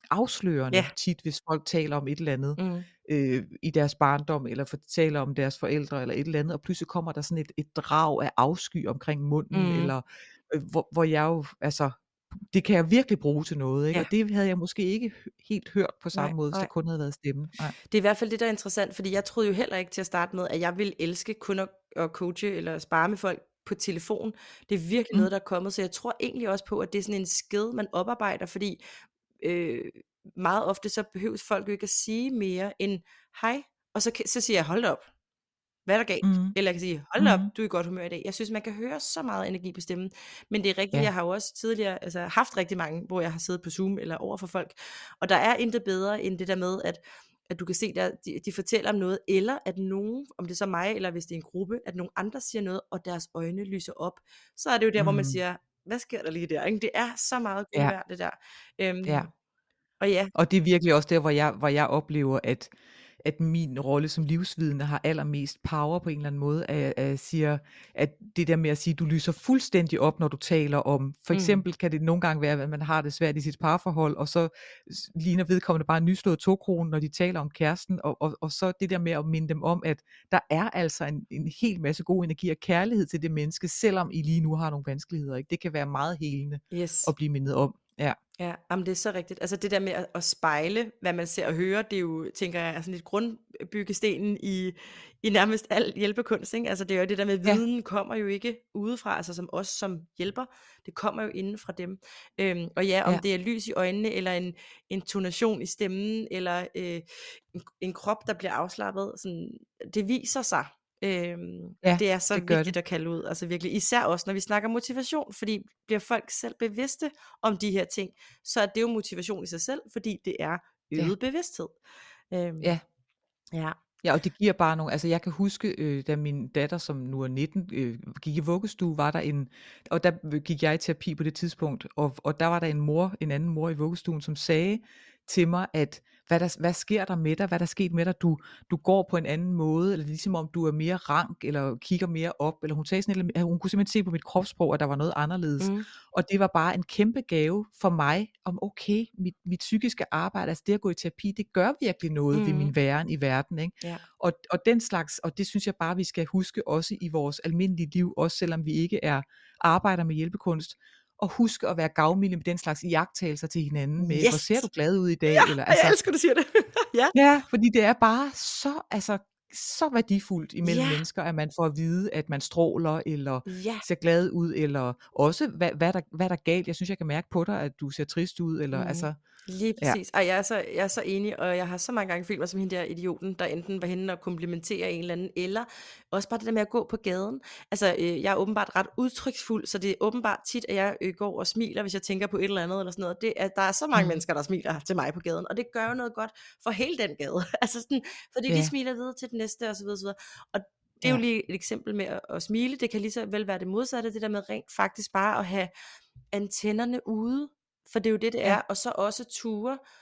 ja, afslørende tit, hvis folk taler om et eller andet mm, øh, i deres barndom, eller fortæller om deres forældre, eller et eller andet, og pludselig kommer der sådan et, et drag af afsky omkring munden, mm, eller øh, hvor, hvor jeg jo, altså, det kan jeg virkelig bruge til noget, ikke? ja, Og det havde jeg måske ikke hø- helt hørt på nej, samme måde, hvis nej. det kun havde været stemmen. Nej. Det er i hvert fald det, der er interessant, fordi jeg troede jo heller ikke til at starte med, at jeg ville elske kun at, at coache eller spare med folk på telefon. Det er virkelig Mm, noget, der er kommet, så jeg tror egentlig også på, at det er sådan en sked, man oparbejder, fordi øh, meget ofte så behøves folk jo ikke at sige mere end hej, og så, kan- så siger jeg, hold da op, hvad er der galt? mm, Eller jeg kan sige, hold da op, mm. du er i godt humør i dag. Jeg synes, man kan høre så meget energi på stemmen. Men det er rigtigt, Ja, jeg har jo også tidligere altså, haft rigtig mange, hvor jeg har siddet på Zoom eller over for folk. Og der er intet bedre end det der med, at, at du kan se, at de, de fortæller om noget, eller at nogen, om det er så mig, eller hvis det er en gruppe, at nogen andre siger noget, og deres øjne lyser op. Så er det jo der, hvor man mm, siger, hvad sker der lige der? Ikke? Det er så meget guld ja, værd, det der. ja. Øhm, og ja, Og det er virkelig også der, hvor jeg, hvor jeg oplever, at, at min rolle som livsvidende har allermest power på en eller anden måde, at, at jeg siger, at det der med at sige, du lyser fuldstændig op, når du taler om, for mm, eksempel kan det nogle gange være, at man har det svært i sit parforhold, og så s- ligner vedkommende bare en nyslået to-kronen, når de taler om kæresten, og, og, og så det der med at minde dem om, at der er altså en, en hel masse god energi og kærlighed til det menneske, selvom I lige nu har nogle vanskeligheder. Ikke? Det kan være meget helende yes. at blive mindet om. Ja, Ja, jamen det er så rigtigt. Altså det der med at, at spejle, hvad man ser og hører, det er jo, tænker jeg, er sådan lidt grundbyggestenen i, i nærmest al hjælpekunst, ikke? Altså det er jo det der med, ja, viden kommer jo ikke udefra, altså som os som hjælper, det kommer jo inden fra dem. Øhm, og ja, om ja, det er lys i øjnene, eller en intonation i stemmen, eller øh, en, en krop, der bliver afslappet, sådan, det viser sig. Øhm, ja, det er så det gør det. vigtigt at kalde ud, altså virkelig, især også når vi snakker motivation, fordi bliver folk selv bevidste om de her ting, så er det jo motivation i sig selv, fordi det er Ja, øget bevidsthed. Øhm, ja. ja. Ja, og det giver bare nogle, altså jeg kan huske, øh, da min datter, som nu er nitten, øh, gik i vuggestue, var der en, og der gik jeg i terapi på det tidspunkt, og, og der var der en mor, en anden mor i vuggestuen, som sagde til mig, at hvad, der, hvad sker der med dig, hvad der er sket med dig, du, du går på en anden måde, eller ligesom om du er mere rank, eller kigger mere op, eller hun sagde sådan, eller, hun kunne simpelthen se på mit kropssprog, at der var noget anderledes, Mm, og det var bare en kæmpe gave for mig, om okay, mit, mit psykiske arbejde, altså det at gå i terapi, det gør virkelig noget ved mm, min væren i verden, ikke? ja. Og, og den slags, og det synes jeg bare, vi skal huske også i vores almindelige liv, også selvom vi ikke er arbejder med hjælpekunst, og huske at være gavmilde med den slags iagttagelser til hinanden med, hvor ser du Yes! glad ud i dag, Ja, eller jeg altså, elsker, du siger det. ja. ja, fordi det er bare så, altså, så værdifuldt imellem Ja, mennesker, at man får at vide, at man stråler, eller ja. ser glad ud, eller også, hvad, hvad, der, hvad der er galt. Jeg synes, jeg kan mærke på dig, at du ser trist ud, eller Mm. altså, Lige ja. præcis. Ej, jeg er, så, jeg er så enig, og jeg har så mange gange følt mig som hende der idioten, der enten var henne og komplimentere en eller anden, eller også bare det der med at gå på gaden. Altså, øh, jeg er åbenbart ret udtryksfuld, så det er åbenbart tit, at jeg øh, går og smiler, hvis jeg tænker på et eller andet, eller sådan noget. Det er, der er så mange Mm, mennesker, der smiler til mig på gaden, og det gør jo noget godt for hele den gade. altså sådan, fordi de ja, smiler videre til den næste, og så videre, så videre. Og det er jo ja, lige et eksempel med at, at smile. Det kan lige så vel være det modsatte, det der med rent faktisk bare at have antennerne ude, for det er jo det, det er, ja, og så også ture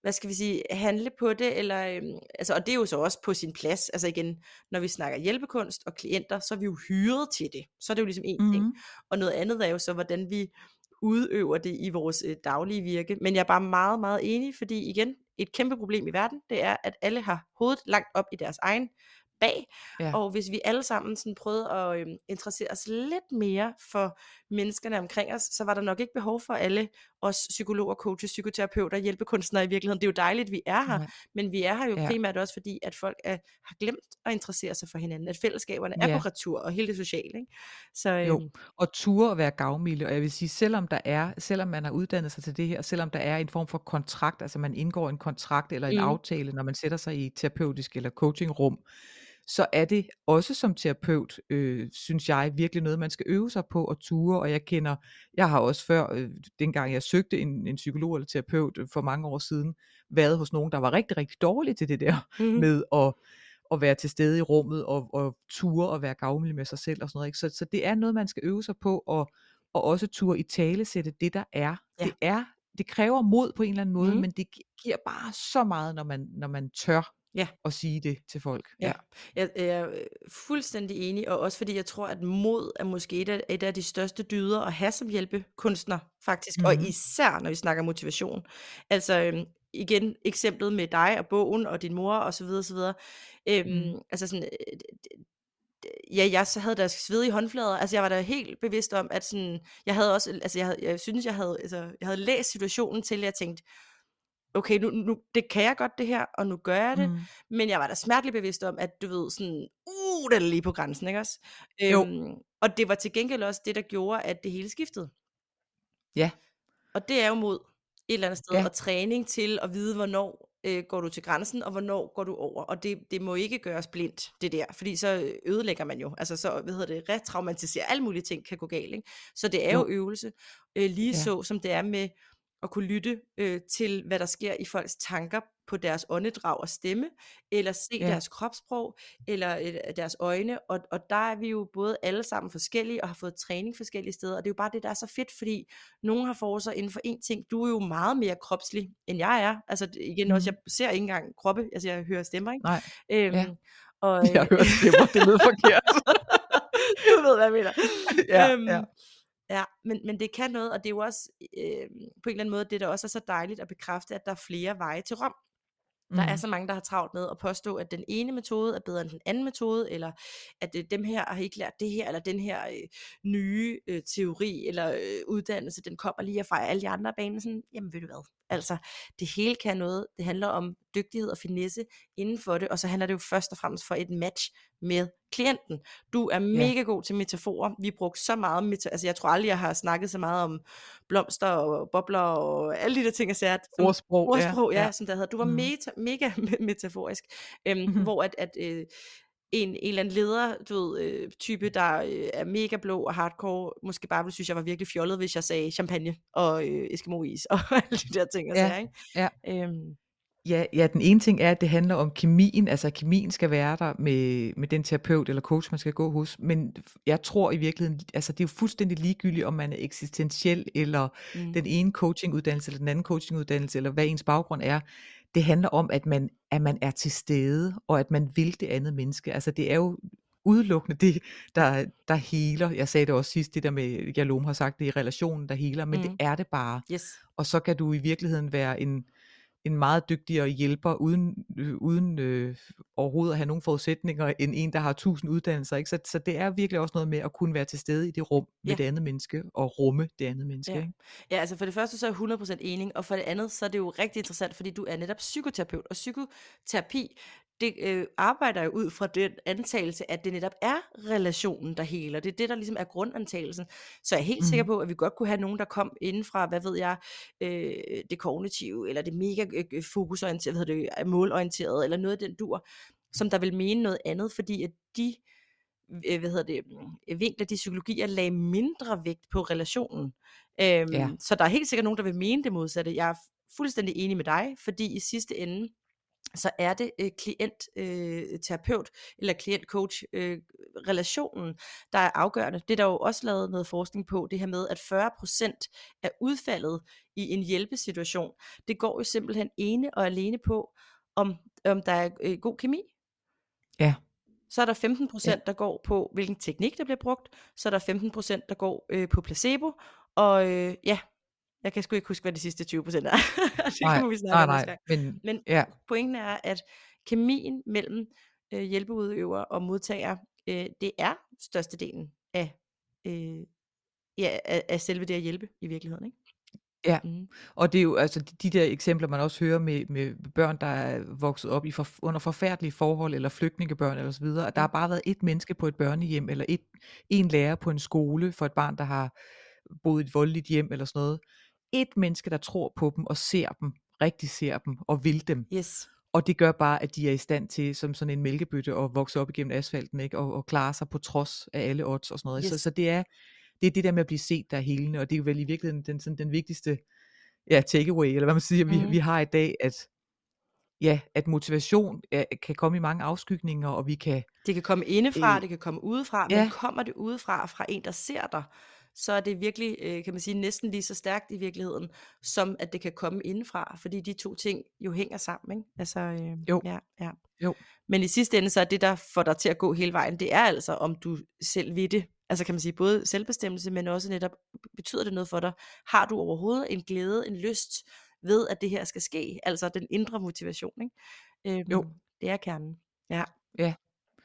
hvad skal vi sige, handle på det, eller, øhm, altså, og det er jo så også på sin plads. Altså igen, når vi snakker hjælpekunst og klienter, så er vi jo hyret til det. Så er det jo ligesom en ting. Mhm. Og noget andet er jo så, hvordan vi udøver det i vores øh, daglige virke. Men jeg er bare meget, meget enig, fordi igen, et kæmpe problem i verden, det er, at alle har hovedet langt op i deres egen bag, Ja. og hvis vi alle sammen sådan prøvede at øhm, interessere os lidt mere for menneskerne omkring os, så var der nok ikke behov for alle os psykologer, coaches, psykoterapeuter, hjælpekunstnere i virkeligheden. Det er jo dejligt, vi er her, Nej. men vi er her jo Ja. primært også fordi, at folk er, har glemt at interessere sig for hinanden, at fællesskaberne er på Ja. retur, og hele det sociale, ikke? Så Jo, øhm, og ture at være gavmilde, og jeg vil sige, selvom der er, selvom man har uddannet sig til det her, og selvom der er en form for kontrakt, altså man indgår en kontrakt eller en mm, aftale, når man sætter sig i et terapeutisk eller coachingrum, så er det også som terapeut, øh, synes jeg, virkelig noget, man skal øve sig på at ture, og jeg kender, jeg har også før, øh, dengang jeg søgte en, en psykolog eller terapeut øh, for mange år siden, været hos nogen, der var rigtig, rigtig dårlige til det der mm, med at at være til stede i rummet og, og ture og være gavmild med sig selv og sådan noget. Ikke? Så, så det er noget, man skal øve sig på, og, og også ture i tale sætte det, der er. ja. Det er, det kræver mod på en eller anden måde, Mm. men det gi- giver bare så meget, når man, når man tør Ja. at sige det til folk. Ja, jeg jeg er øh, fuldstændig enig, og også fordi jeg tror, at mod er måske et af, et af de største dyder at have som hjælpekunstner, faktisk, mm. og Mhm. især når vi snakker motivation. Altså øhm, igen, eksemplet med dig og bogen og din mor og så videre, så videre. Øhm, Mhm. altså sådan, øh, d- d- ja, jeg så havde da svedige håndflader. Altså jeg var da helt bevidst om, at sådan, jeg havde også, altså jeg, havde, jeg synes, jeg havde, altså, jeg havde læst situationen til, at jeg tænkte, okay, nu, nu, det kan jeg godt det her, og nu gør jeg det, Mhm. men jeg var da smerteligt bevidst om, at du ved, sådan, uh, den er lige på grænsen, ikke også? Jo. Øhm, og det var til gengæld også det, der gjorde, at det hele skiftede. Ja. Og det er jo mod et eller andet sted, Ja. og træning til at vide, hvornår øh, går du til grænsen, og hvornår går du over. Og det, det må ikke gøres blindt, det der, fordi så ødelægger man jo, altså så, hvad hedder det, retraumatiserer, alle mulige ting kan gå galt, ikke? Så det er jo, Jo. øvelse, øh, lige Ja. så som det er med at kunne lytte øh, til, hvad der sker i folks tanker på deres åndedrag og stemme, eller se Ja. deres kropssprog, eller øh, deres øjne, og, og der er vi jo både alle sammen forskellige, og har fået træning forskellige steder, og det er jo bare det, der er så fedt, fordi nogen har forser inden for én ting. Du er jo meget mere kropslig, end jeg er. Altså igen også, Mhm. jeg ser ikke engang kroppe, altså jeg hører stemmer, ikke? Nej. Øhm, Ja. og, Jeg øh, hører stemmer, det lød forkert. du ved, hvad jeg mener. Ja, øhm, ja. Ja, men, men det kan noget, og det er jo også øh, på en eller anden måde, det der også er så dejligt at bekræfte, at der er flere veje til Rom. Der er Mhm. så mange, der har travlt med at påstå, at den ene metode er bedre end den anden metode, eller at øh, dem her har ikke lært det her, eller den her øh, nye øh, teori eller øh, uddannelse, den kommer lige at fejre alle de andre af banen. Sådan, jamen ved du hvad, altså det hele kan noget. Det handler om dygtighed og finesse inden for det, og så handler det jo først og fremmest for et match med klienten. Du er Ja. mega god til metaforer. Vi brugte så meget, meta- altså jeg tror aldrig, jeg har snakket så meget om blomster og bobler og alle de der ting, jeg sagde, som Ordsprog, ja, ordsprog, ja, ja. som der hedder. Du var Mhm. meta, mega metaforisk, øhm, Mhm. hvor at, at øh, en, en eller anden leder, du ved, øh, type, der øh, er mega blå og hardcore, måske bare ville synes, jeg var virkelig fjollet, hvis jeg sagde champagne og øh, Eskimo-is og alle de der ting, jeg Ja, sagde, ikke? ja. Øhm, Ja, ja, den ene ting er, at det handler om kemien, altså at kemien skal være der med, med den terapeut eller coach, man skal gå hos, men jeg tror i virkeligheden, altså det er jo fuldstændig ligegyldigt, om man er eksistentiel, eller mm, den ene coachinguddannelse, eller den anden coachinguddannelse, eller hvad ens baggrund er. Det handler om, at man, at man er til stede, og at man vil det andet menneske. Altså det er jo udelukkende det, der, der healer. Jeg sagde det også sidst, det der med, Jalom har sagt, det er relationen, der healer, men mm, det er det bare. yes. Og så kan du i virkeligheden være en en meget dygtigere hjælper, uden, øh, uden øh, overhovedet at have nogle forudsætninger, end en, der har tusind uddannelser. Ikke? Så, så det er virkelig også noget med at kunne være til stede i det rum med Ja. det andet menneske, og rumme det andet menneske. Ja. Ikke? Ja, altså for det første så er jeg hundrede procent enig, og for det andet så er det jo rigtig interessant, fordi du er netop psykoterapeut, og psykoterapi, det øh, arbejder jo ud fra den antagelse, at det netop er relationen, der heler. Det er det, der ligesom er grundantagelsen. Så jeg er helt mm. sikker Mhm. på, at vi godt kunne have nogen, der kom inden fra, hvad ved jeg, øh, det kognitive, eller det mega øh, fokusorienterede, hvad hedder det, målorienterede, eller noget af den dur, som der vil mene noget andet, fordi at de øh, hvad hedder det, øh, vinkler, de psykologier lagde mindre vægt på relationen. Øhm, Ja. Så der er helt sikkert nogen, der vil mene det modsatte. Jeg er fuldstændig enig med dig, fordi i sidste ende, så er det øh, klient, øh, terapeut eller klient-coach øh, relationen, der er afgørende. Det er der jo også lavet noget forskning på, det her med, at fyrre procent af udfaldet i en hjælpesituation, det går jo simpelthen ene og alene på, om, om der er øh, god kemi. Ja, Så er der femten ja, procent, der går på, hvilken teknik, der bliver brugt. Så er der femten procent, der går øh, på placebo. Og øh, ja, jeg kan sgu ikke huske, hvad de sidste tyve procent er. Det nej, kan vi snakke nej, om næste nej, gang. men Men ja, pointen er, at kemien mellem øh, hjælpeudøver og modtager, øh, det er størstedelen af, øh, ja, af, af selve det at hjælpe i virkeligheden. Ikke? ja. Mm. Og det er jo altså de, de der eksempler, man også hører med, med børn, der er vokset op i for, under forfærdelige forhold, eller flygtningebørn eller så videre, at der har Mm. bare været et menneske på et børnehjem, eller et, en lærer på en skole for et barn, der har boet i et voldeligt hjem eller sådan noget. Et menneske, der tror på dem og ser dem, rigtig ser dem og vil dem. Yes. Og det gør bare, at de er i stand til, som sådan en mælkebøtte, at vokse op igennem asfalten, ikke? Og, og klare sig på trods af alle odds og sådan noget. Yes. Så, så det er det er det der med at blive set, der er helende, og det er jo vel i virkeligheden den, sådan, den vigtigste ja, takeaway, eller hvad man siger, vi, Mm. vi har i dag, at ja, at motivation ja, kan komme i mange afskygninger, og vi kan Det kan komme indefra, øh, det kan komme udefra, ja, men kommer det udefra fra en, der ser dig, så er det virkelig, øh, kan man sige, næsten lige så stærkt i virkeligheden, som at det kan komme indefra, fordi de to ting jo hænger sammen, ikke? Altså, øh, jo, ja, ja. jo, Men i sidste ende, så er det, der får dig til at gå hele vejen, det er altså, om du selv ved det. Altså kan man sige, både selvbestemmelse, men også netop, betyder det noget for dig? Har du overhovedet en glæde, en lyst ved, at det her skal ske? Altså den indre motivation, ikke? Øhm, jo, det er kernen. Ja. ja.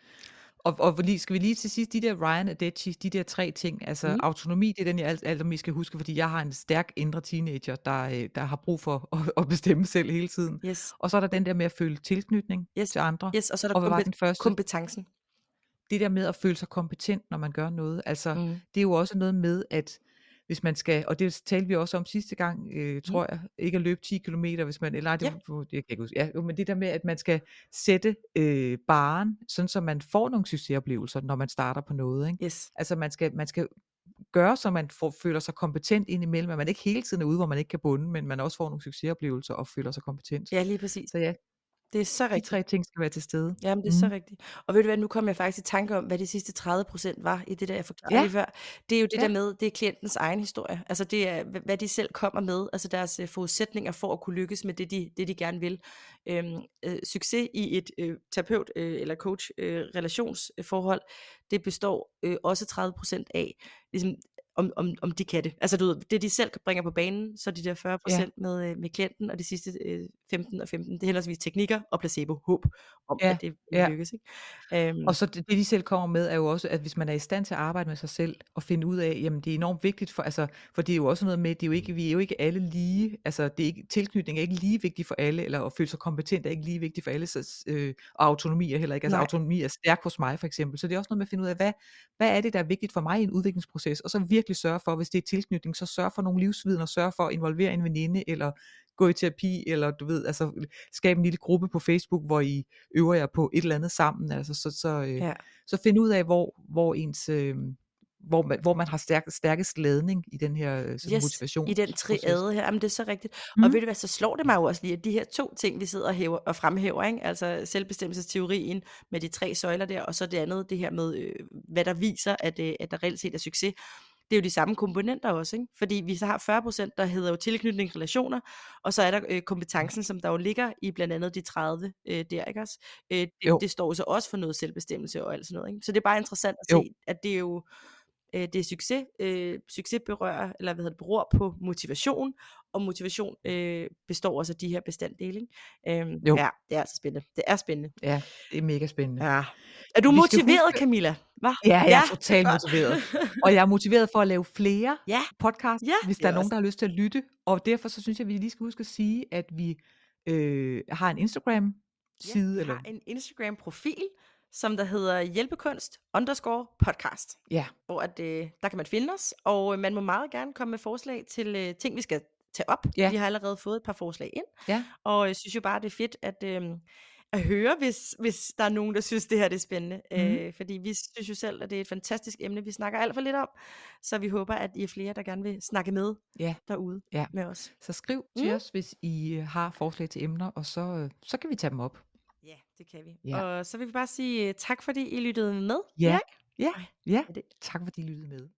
Og, og lige, skal vi lige til sidst, de der Ryan Adechi, de der tre ting, altså Mm. autonomi, det er den, jeg alt, allermest skal huske, fordi jeg har en stærk indre teenager, der, øh, der har brug for at, at bestemme selv hele tiden. Yes. Og så er der den der med at føle tilknytning Yes. til andre. Yes, og så er der Og hvad var kompet- den første? kompetencen. Det der med at føle sig kompetent, når man gør noget, altså Mm. det er jo også noget med, at hvis man skal, og det talte vi også om sidste gang, øh, tror Mm. jeg, ikke at løbe ti kilometer, hvis man, eller nej, det, Ja. ja. det kan jeg ikke huske, ja, jo, men det der med, at man skal sætte øh, barren, sådan så man får nogle succesoplevelser, når man starter på noget, ikke? Yes. Altså man skal, man skal gøre, så man får, føler sig kompetent indimellem, at man ikke hele tiden er ude, hvor man ikke kan bunde, men man også får nogle succesoplevelser og føler sig kompetent. Ja, lige præcis. Så ja, Det er så de rigtigt. tre ting skal være til stede. Jamen, det er så Mm. rigtigt. Og ved du hvad, nu kom jeg faktisk i tanke om, hvad de sidste tredive procent var i det der, jeg forklarede Ja, lige før. Det er jo det ja, der med, det er klientens egen historie. Altså det er, hva- hvad de selv kommer med, altså deres øh, forudsætninger for at kunne lykkes med det, de, det, de gerne vil. Øhm, øh, succes i et øh, terapeut øh, eller coach øh, relationsforhold, det består øh, også tredive procent af, ligesom, om, om, om de kan det. Altså du ved, det de selv bringer på banen, så de der fyrre procent ja, med, øh, med klienten, og de sidste øh, femten og femten, det er henholdsvis teknikker og placebo, håb om, ja, at det vil ja. lykkes. Ikke? Øhm, Og så det, det de selv kommer med, er jo også, at hvis man er i stand til at arbejde med sig selv, og finde ud af, jamen det er enormt vigtigt for, altså, for det er jo også noget med, det er jo ikke, vi er jo ikke alle lige, altså det er ikke, tilknytning er ikke lige vigtig for alle, eller at føle sig kompetent er ikke lige vigtigt for alle, så, øh, og autonomi er heller ikke, altså nej, autonomi er stærk hos mig for eksempel, så det er også noget med at finde ud af, hvad, hvad er det, der er vigtigt for mig i en udviklingsproces, og så virkelig sørge for, hvis det er tilknytning, så sørge for nogle livsviden, og sørge for at involvere en veninde, eller gå i terapi, eller du ved, altså skabe en lille gruppe på Facebook, hvor I øver jer på et eller andet sammen, altså så, så, øh, ja. så finde ud af, hvor, hvor ens, øh, hvor, man, hvor man har stærk, stærkest ladning i den her øh, sådan Yes, i motivationsproces. den triade her, jamen det er så rigtigt. Mm. Og ved du hvad, så slår det mig jo også lige, at de her to ting, vi sidder og, hæver, og fremhæver, ikke? Altså selvbestemmelsesteorien med de tre søjler der, og så det andet, det her med, øh, hvad der viser, at, øh, at der reelt set er succes. Det er jo de samme komponenter også, ikke? Fordi vi så har fyrre procent, der hedder jo tilknytning relationer, og så er der øh, kompetencen, som der jo ligger i blandt andet de tredive øh, der, ikke også? Øh, det, Jo, det står jo så også for noget selvbestemmelse og alt sådan noget, ikke? Så det er bare interessant at jo, se, at det er jo øh, det er succes, øh, succes berører, eller hvad hedder det, beror på motivation, og motivation øh, består også af de her bestanddele, ikke? Øhm, jo, ja, det er altså spændende. Det er spændende. ja, det er mega spændende. Ja. Er du Vi skal motiveret, huske, Camilla? Hva? ja, jeg Ja, er det er totalt godt. motiveret, og jeg er motiveret for at lave flere Ja, podcasts, ja, hvis det der er er nogen, også. der har lyst til at lytte, og derfor så synes jeg, at vi lige skal huske at sige, at vi øh, har en Instagram Ja, side, vi eller har en Instagram-profil, som der hedder hjælpekunst underscore podcast, ja, hvor at, øh, der kan man finde os, og øh, man må meget gerne komme med forslag til øh, ting, vi skal tage op. ja, Vi har allerede fået et par forslag ind, ja, og jeg synes jo bare, det er fedt, at, øh, at høre, hvis, hvis der er nogen, der synes, det her det er spændende. Mhm. Øh, fordi vi synes jo selv, at det er et fantastisk emne, vi snakker alt for lidt om. Så vi håber, at I er flere, der gerne vil snakke med Ja, derude ja. med os. Så skriv Mm. til os, hvis I øh, har forslag til emner, og så, øh, så kan vi tage dem op. Ja, det kan vi. Ja. Og så vil vi bare sige øh, tak, fordi I lyttede med. Ja, Erik? ja, Ej, ja. er det Tak fordi I lyttede med.